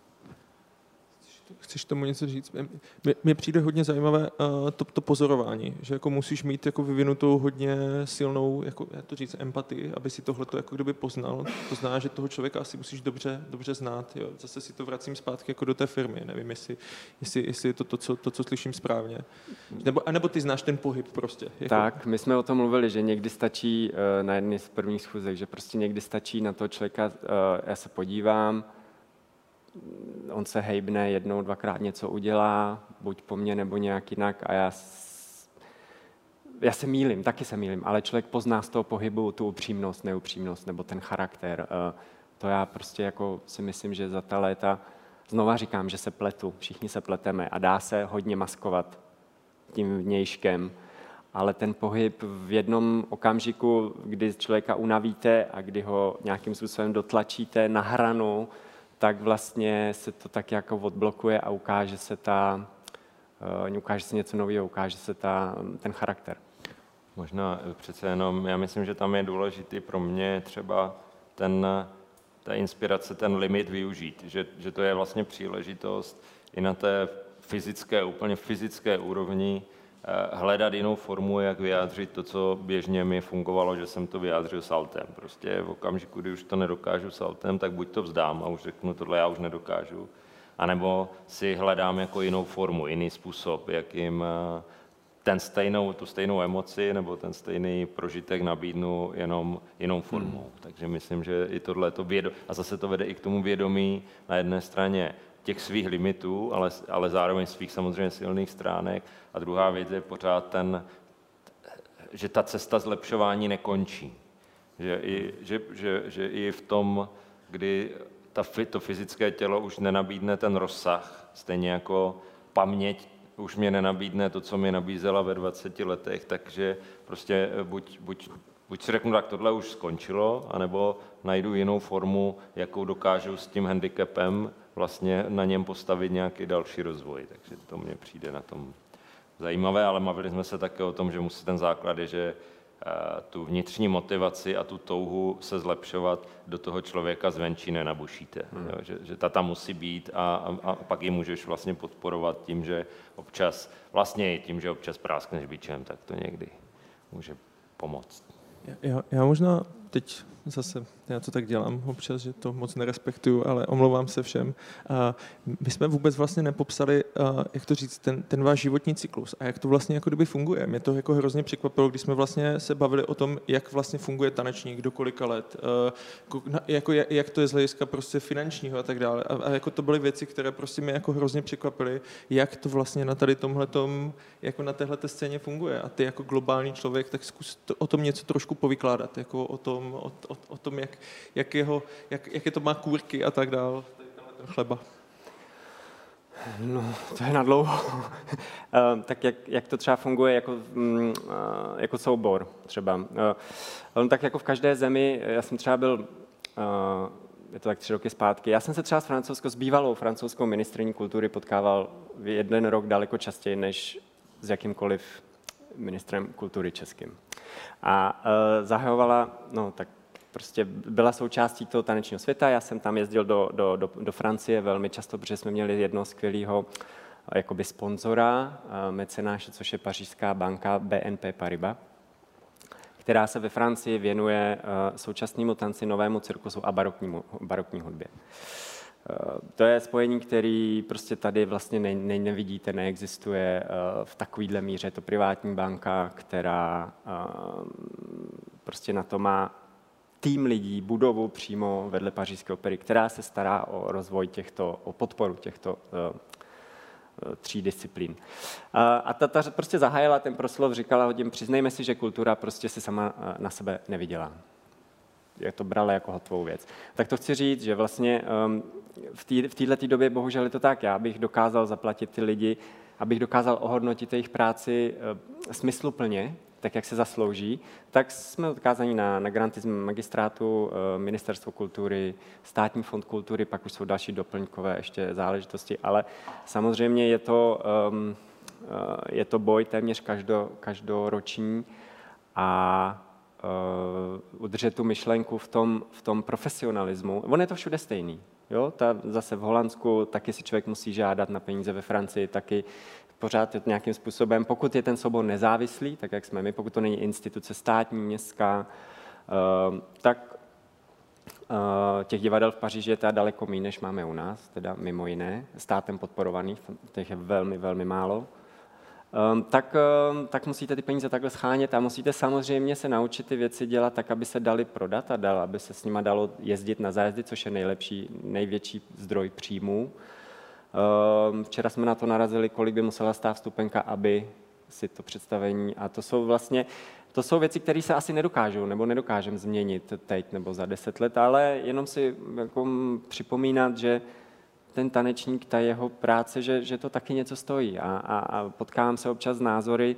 Chceš tomu něco říct? Mně přijde hodně zajímavé uh, to, to pozorování, že jako musíš mít jako vyvinutou hodně silnou, jako já to říct, empatii, aby si tohleto jako kdyby poznal. To znamená, že toho člověka asi musíš dobře, dobře znát. Jo. Zase si to vracím zpátky jako do té firmy. Nevím, jestli, jestli, jestli je to to co, to, co slyším správně. Nebo, anebo ty znáš ten pohyb prostě. Jako... Tak, my jsme o tom mluvili, že někdy stačí uh, na jedné z prvních schůzek, že prostě někdy stačí na toho člověka, uh, já se podívám, on se hejbne, jednou, dvakrát něco udělá, buď po mně, nebo nějak jinak a já, já se mýlím, taky se mýlím, ale člověk pozná z toho pohybu tu upřímnost, neupřímnost, nebo ten charakter. To já prostě jako si myslím, že za ta léta, znova říkám, že se pletu, všichni se pleteme a dá se hodně maskovat tím vnějškem, ale ten pohyb v jednom okamžiku, kdy člověka unavíte a kdy ho nějakým způsobem dotlačíte na hranu, tak vlastně se to tak jako odblokuje a ukáže se ta, uh, ukáže se něco nového, ukáže se ta, ten charakter. Možná přece jenom, já myslím, že tam je důležitý pro mě třeba ten, ta inspirace, ten limit využít, že, že to je vlastně příležitost i na té fyzické, úplně fyzické úrovni hledat jinou formu, jak vyjádřit to, co běžně mi fungovalo, že jsem to vyjádřil saltem. Prostě v okamžiku, kdy už to nedokážu saltem, tak buď to vzdám a už řeknu, tohle já už nedokážu, anebo si hledám jako jinou formu, jiný způsob, jakým ten stejnou, tu stejnou emoci nebo ten stejný prožitek nabídnu jenom jinou formou. Hmm. Takže myslím, že i tohle to vědomí, a zase to vede i k tomu vědomí na jedné straně těch svých limitů, ale, ale zároveň svých samozřejmě silných stránek. A druhá věc je pořád ten, že ta cesta zlepšování nekončí. Že i, že, že, že i v tom, kdy ta, to fyzické tělo už nenabídne ten rozsah, stejně jako paměť už mě nenabídne to, co mi nabízela ve dvaceti letech, takže prostě buď, buď, buď si řeknu, tak tohle už skončilo, anebo najdu jinou formu, jakou dokážu s tím handicapem vlastně na něm postavit nějaký další rozvoj. Takže to mně přijde na tom zajímavé, ale mluvili jsme se také o tom, že musí ten základ je, že tu vnitřní motivaci a tu touhu se zlepšovat do toho člověka zvenčí nenabušíte. Hmm. Jo, že, že ta tam musí být a, a, a pak ji můžeš vlastně podporovat tím, že občas, vlastně i tím, že občas práskneš bičem, tak to někdy může pomoct. Já, já možná teď zase, já to tak dělám občas, že to moc nerespektuju, ale omlouvám se všem. A my jsme vůbec vlastně nepopsali, jak to říct, ten, ten váš životní cyklus a jak to vlastně jako kdyby funguje. Mě to jako hrozně překvapilo, když jsme vlastně se bavili o tom, jak vlastně funguje tanečník, do kolika let, jako jak to je z hlediska prostě finančního a tak dále. A, a jako to byly věci, které prostě mě jako hrozně překvapily, jak to vlastně na tady tomhletom, jako na téhleté scéně funguje. A ty jako globální člověk, tak zkus to, o tom něco trošku povykládat, jako o tom, o, o, o tom, jak, jak, jeho, jak, jaké to má kůrky a tak dál, ten chleba. No, to je na dlouho. Tak jak, jak to třeba funguje jako, jako soubor třeba. Tak jako v každé zemi, já jsem třeba byl, je to tak tři roky zpátky, já jsem se třeba s francouzskou, s bývalou francouzskou ministryní kultury potkával jeden rok daleko častěji, než s jakýmkoliv ministrem kultury českým. A zahajovala, no tak prostě byla součástí toho tanečního světa. Já jsem tam jezdil do, do, do, do Francie velmi často, protože jsme měli jednoho skvělého jakoby sponzora, mecenáše, což je pařížská banka B N P Paribas, která se ve Francii věnuje současnému tanci, novému cirkusu a baroknímu, barokní hudbě. To je spojení, který prostě tady vlastně ne, ne, nevidíte, neexistuje v takovýhle míře. Je to privátní banka, která prostě na to má tým lidí, budovu přímo vedle Pařížské opery, která se stará o rozvoj těchto, o podporu těchto uh, tří disciplín. A, a ta, ta prostě zahájila ten proslov, říkala hodně, přiznejme si, že kultura prostě si sama na sebe nevydělá. Je to brala jako hotovou věc. Tak to chci říct, že vlastně um, v této době bohužel je to tak, já bych dokázal zaplatit ty lidi, abych dokázal ohodnotit jejich práci uh, smysluplně, tak jak se zaslouží, tak jsme odkázaní na, na granty z magistrátu, Ministerstvo kultury, Státní fond kultury, pak už jsou další doplňkové ještě záležitosti, ale samozřejmě je to, um, je to boj téměř každo, každoroční a uh, udržet tu myšlenku v tom, v tom profesionalismu. On je to všude stejný. Jo? Ta, zase v Holandsku taky si člověk musí žádat na peníze, ve Francii taky pořád je to nějakým způsobem, pokud je ten soubor nezávislý, tak jak jsme my, pokud to není instituce státní, městská, tak těch divadel v Paříži je teda daleko méně, než máme u nás, teda mimo jiné, státem podporovaných, těch je velmi, velmi málo. Tak, tak musíte ty peníze takhle schánět a musíte samozřejmě se naučit ty věci dělat tak, aby se dali prodat a dal, aby se s nima dalo jezdit na zájezdy, což je nejlepší, největší zdroj příjmů. Včera jsme na to narazili, kolik by musela stát vstupenka, aby si to představení, a to jsou vlastně, to jsou věci, které se asi nedokážou nebo nedokážeme změnit teď nebo za deset let, ale jenom si jako připomínat, že ten tanečník, ta jeho práce, že, že to taky něco stojí a, a, a potkávám se občas s názory,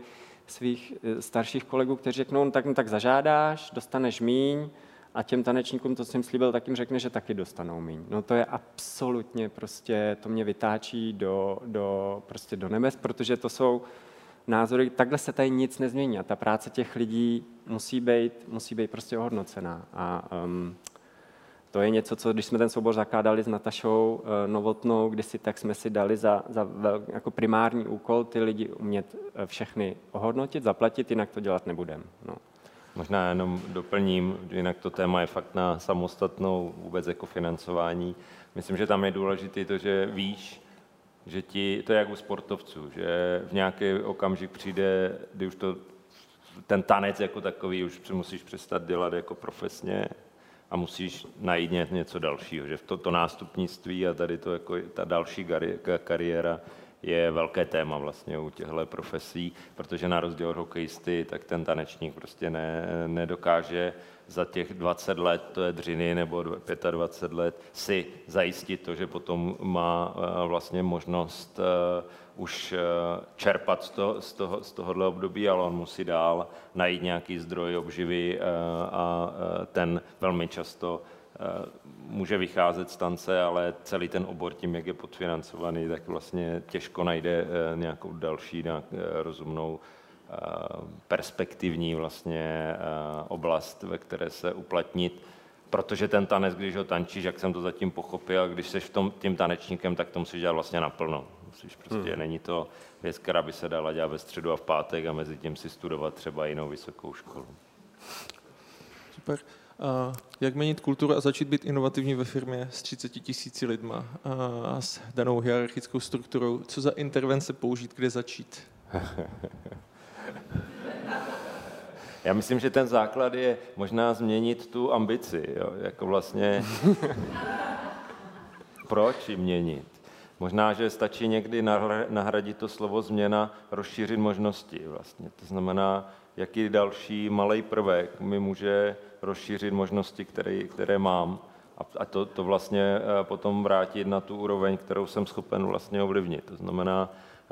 svých starších kolegů, kteří řeknou, no, tak, no, tak zažádáš, dostaneš míň a těm tanečníkům, to jsem slíbil, tak jim řekne, že taky dostanou míň. No to je absolutně prostě, to mě vytáčí do, do, prostě do nebes, protože to jsou názory, takhle se tady nic nezmění a ta práce těch lidí musí být, musí být prostě ohodnocená. A um, to je něco, co když jsme ten soubor zakládali s Natašou uh, Novotnou kdysi, tak jsme si dali za, za vel, jako primární úkol ty lidi umět všechny ohodnotit, zaplatit, jinak to dělat nebudeme. No. Možná jenom doplním, jinak to téma je fakt na samostatnou vůbec jako financování. Myslím, že tam je důležité to, že víš, že ti, to je jak u sportovců, že v nějaký okamžik přijde, kdy už to, ten tanec jako takový už musíš přestat dělat jako profesně a musíš najít něco dalšího, že v to, to nástupnictví a tady to jako ta další kariéra je velké téma vlastně u těchto profesí, protože na rozdíl od hokejisty, tak ten tanečník prostě ne, nedokáže za těch dvacet let, to je dřiny, nebo dvacet pět let, si zajistit to, že potom má vlastně možnost už čerpat z, toho, z, toho, z tohohle období, ale on musí dál najít nějaký zdroj obživy a ten velmi často může vycházet z tance, ale celý ten obor tím, jak je podfinancovaný, tak vlastně těžko najde nějakou další nějak rozumnou perspektivní vlastně oblast, ve které se uplatnit, protože ten tanec, když ho tančíš, jak jsem to zatím pochopil, když jsi v tom, tím tanečníkem, tak to musíš dělat vlastně naplno. Musíš prostě, hmm. Není to věc, která by se dala dělat ve středu a v pátek a mezi tím si studovat třeba jinou vysokou školu. Super. A jak měnit kulturu a začít být inovativní ve firmě s třiceti tisíci lidma a s danou hierarchickou strukturou? Co za intervence použít, kde začít? Já myslím, že ten základ je možná změnit tu ambici. Jo? Jako vlastně proč ji měnit? Možná, že stačí někdy nahradit to slovo změna, rozšířit možnosti. Vlastně. To znamená, jaký další malej prvek mi může rozšířit možnosti, které, které mám a to, to vlastně potom vrátit na tu úroveň, kterou jsem schopen vlastně ovlivnit. To znamená,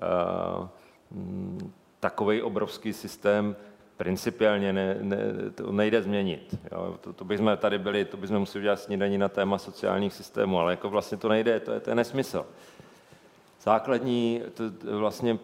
takovej obrovský systém principiálně ne, ne, to nejde změnit. Jo. To, to bychom tady byli, to bychom museli udělat snídaní na téma sociálních systémů, ale jako vlastně to nejde, to je, to je nesmysl. Základní to, to vlastně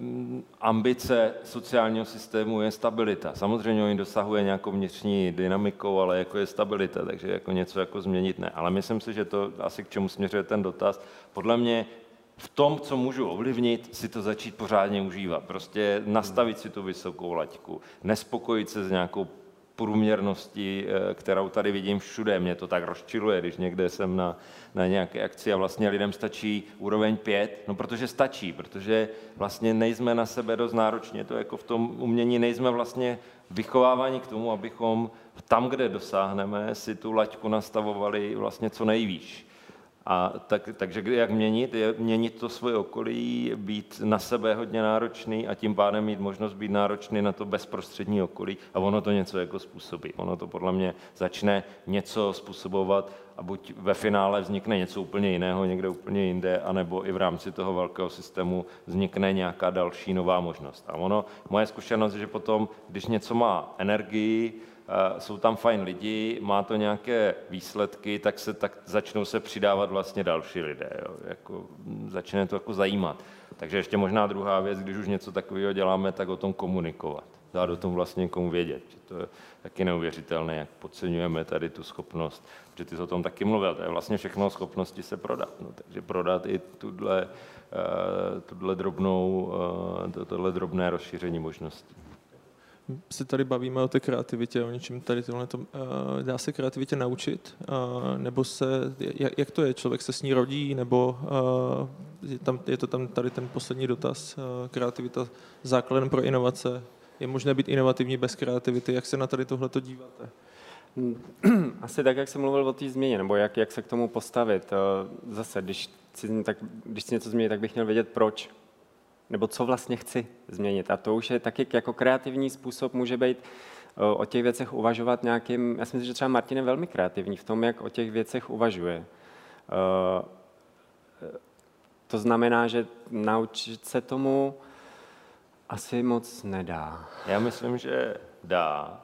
ambice sociálního systému je stabilita. Samozřejmě oni dosahuje nějakou vnitřní dynamikou, ale jako je stabilita, takže jako něco jako změnit ne. Ale myslím si, že to asi k čemu směřuje ten dotaz. Podle mě v tom, co můžu ovlivnit, si to začít pořádně užívat. Prostě nastavit si tu vysokou laťku, nespokojit se s nějakou průměrností, kterou tady vidím všude. Mě to tak rozčiluje, když někde jsem na, na nějaké akci a vlastně lidem stačí úroveň pět, no protože stačí, protože vlastně nejsme na sebe dost náročně, to jako v tom umění nejsme vlastně vychováváni k tomu, abychom tam, kde dosáhneme, si tu laťku nastavovali vlastně co nejvýš. A tak, takže jak měnit? Je měnit to svoje okolí, být na sebe hodně náročný a tím pádem mít možnost být náročný na to bezprostřední okolí a ono to něco jako způsobí. Ono to podle mě začne něco způsobovat a buď ve finále vznikne něco úplně jiného, někde úplně jinde, anebo i v rámci toho velkého systému vznikne nějaká další nová možnost. A ono, moje zkušenost je, že potom, když něco má energii, jsou tam fajn lidi, má to nějaké výsledky, tak se tak začnou se přidávat vlastně další lidé. Jo. Jako, začne to jako zajímat. Takže ještě možná druhá věc, když už něco takového děláme, tak o tom komunikovat. Dát o tom vlastně komu vědět. Že to je taky neuvěřitelné, jak podceňujeme tady tu schopnost. Že ty jsi o tom taky mluvil. To je vlastně všechno schopnosti se prodat. No, takže prodat i tuhle, uh, tuhle drobnou, uh, tohle drobné rozšíření možností. Se tady bavíme o té kreativitě, o něčem tady tohle. Dá se kreativitě naučit? Nebo se, jak, jak to je? Člověk se s ní rodí? Nebo je, tam, je to tam tady ten poslední dotaz? Kreativita základem pro inovace? Je možné být inovativní bez kreativity? Jak se na tady tohleto díváte? Asi tak, jak jsem mluvil o té změně, nebo jak, jak se k tomu postavit. Zase, když si, tak, když si něco změní, tak bych měl vědět proč. Nebo co vlastně chci změnit. A to už je taky jako kreativní způsob, může být o těch věcech uvažovat nějakým, já si myslím, že třeba Martin je velmi kreativní v tom, jak o těch věcech uvažuje. To znamená, že naučit se tomu Asi moc nedá. Já myslím, že dá.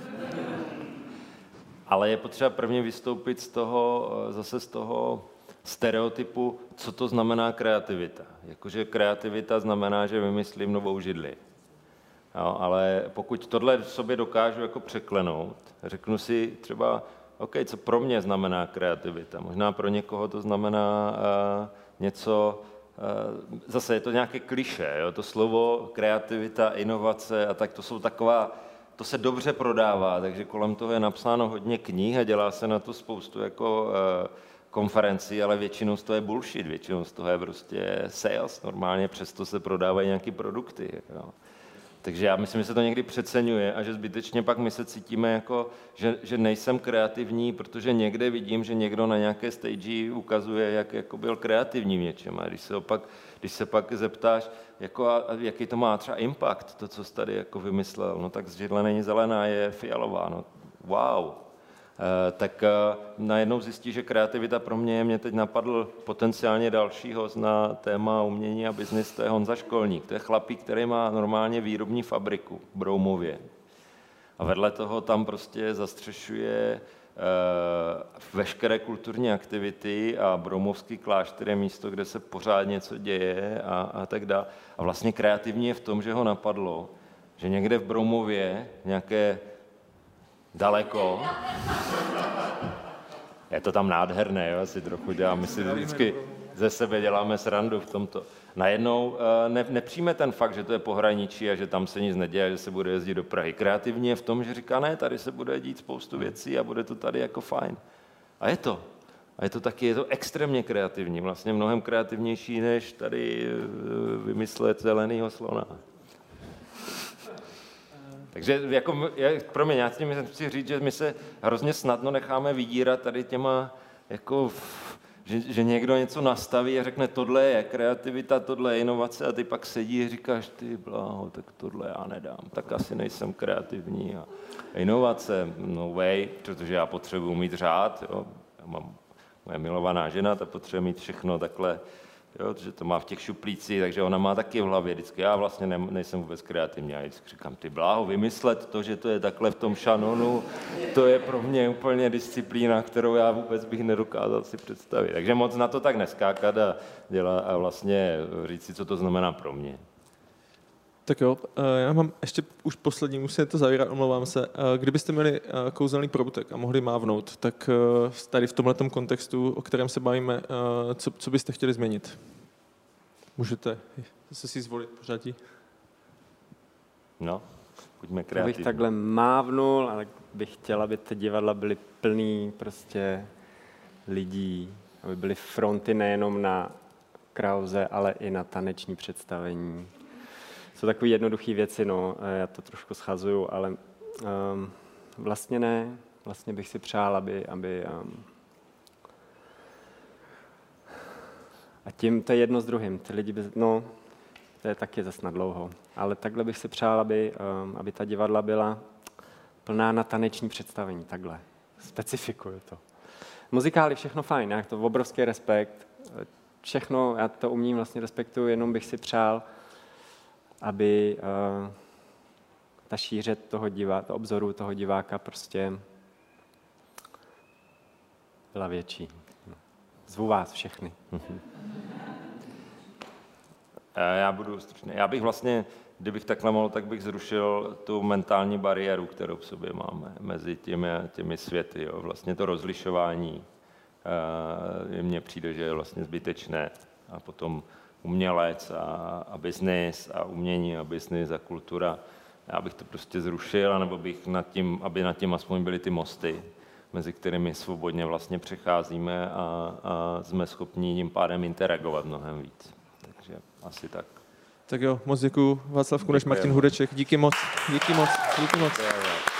Ale je potřeba prvně vystoupit z toho, zase z toho stereotypu, co to znamená kreativita. Jakože kreativita znamená, že vymyslím novou židli. Jo, ale pokud tohle v sobě dokážu jako překlenout, řeknu si třeba, OK, co pro mě znamená kreativita. Možná pro někoho to znamená uh, něco, uh, zase je to nějaké klišé, jo? To slovo kreativita, inovace a tak to jsou taková, to se dobře prodává, takže kolem toho je napsáno hodně knih a dělá se na to spoustu jako uh, konferencí, ale většinou z toho je bullshit, většinou z toho je prostě sales, normálně přesto se prodávají nějaké produkty. Jo? Takže já myslím, že se to někdy přeceňuje a že zbytečně pak my se cítíme jako, že, že nejsem kreativní, protože někde vidím, že někdo na nějaké stage ukazuje, jak jako byl kreativní v něčem. A když se, opak, když se pak zeptáš, jako, a, a jaký to má třeba impact, to, co jsi tady jako vymyslel, no tak židle není zelená, je fialová. No, wow. Uh, tak uh, najednou zjistí, že kreativita pro mě, mě teď napadl potenciálně další host na téma umění a biznis, to je Honza Školník. To je chlapík, který má normálně výrobní fabriku v Broumově. A vedle toho tam prostě zastřešuje uh, veškeré kulturní aktivity a Broumovský klášter je místo, kde se pořád něco děje a, a tak dále. A vlastně kreativní je v tom, že ho napadlo, že někde v Broumově nějaké daleko. Je to tam nádherné, jo, asi trochu dělám. My si vždycky ze sebe děláme srandu v tomto. Najednou ne, nepřijme ten fakt, že to je pohraničí a že tam se nic neděje, že se bude jezdit do Prahy. Kreativní je v tom, že říká, ne, tady se bude dít spoustu věcí a bude to tady jako fajn. A je to. A je to taky, je to extrémně kreativní, vlastně mnohem kreativnější, než tady vymyslet zelenýho slona. Takže jako, pro mě, já tím chci říct, že my se hrozně snadno necháme vydírat tady těma, jako, že, že někdo něco nastaví a řekne, tohle je kreativita, tohle je inovace a ty pak sedí a říkáš, ty bláho, tak tohle já nedám, tak asi nejsem kreativní. A inovace, no way, protože já potřebuji mít řád, jo. Já mám moje milovaná žena, ta potřebuje mít všechno takhle, jo, že to má v těch šuplících, takže ona má taky v hlavě vždycky. Já vlastně ne, nejsem vůbec kreativní, já vždycky říkám, ty bláho, vymyslet to, že to je takhle v tom šanonu, to je pro mě úplně disciplína, kterou já vůbec bych nedokázal si představit. Takže moc na to tak neskákat a, dělat, a vlastně říct si, co to znamená pro mě. Tak jo, já mám ještě už poslední, musím to zavírat, omlouvám se. Kdybyste měli kouzelný proutek a mohli mávnout, tak tady v tomhletom kontextu, o kterém se bavíme, co, co byste chtěli změnit? Můžete se si zvolit pořadí. No, buďme kreativní. Abych takhle mávnul, ale bych chtěla, aby ty divadla byly plný prostě lidí, aby byly fronty nejenom na Krause, ale i na taneční představení. Jsou takové jednoduché věci, no, já to trošku schazuju, ale um, vlastně ne, vlastně bych si přál, aby, aby um, a tím to je jedno s druhým, ty lidi by, no, to je taky zas na dlouho, ale takhle bych si přál, aby, um, aby ta divadla byla plná na taneční představení, takhle, specifikuju to. Muzikály, všechno fajn, jak to obrovský respekt, všechno, já to umím, vlastně respektuju, jenom bych si přál, aby uh, ta šíře toho diváka, obzoru toho diváka prostě byla větší. Zvu vás všechny. Já budu stručný. Já bych vlastně, kdybych takhle mohl, tak bych zrušil tu mentální bariéru, kterou v sobě máme mezi těmi, těmi světy. Jo. Vlastně to rozlišování uh, mně přijde, že je vlastně zbytečné. A potom umělec a, a biznis a umění a biznis a kultura. Já bych to prostě zrušil, anebo bych nad tím, aby nad tím aspoň byly ty mosty, mezi kterými svobodně vlastně přecházíme a, a jsme schopni tím pádem interagovat mnohem víc. Takže asi tak. Tak jo, moc děkuju. Václav Kuneš, Martin Hudeček. Díky moc. Díky moc. Díky moc.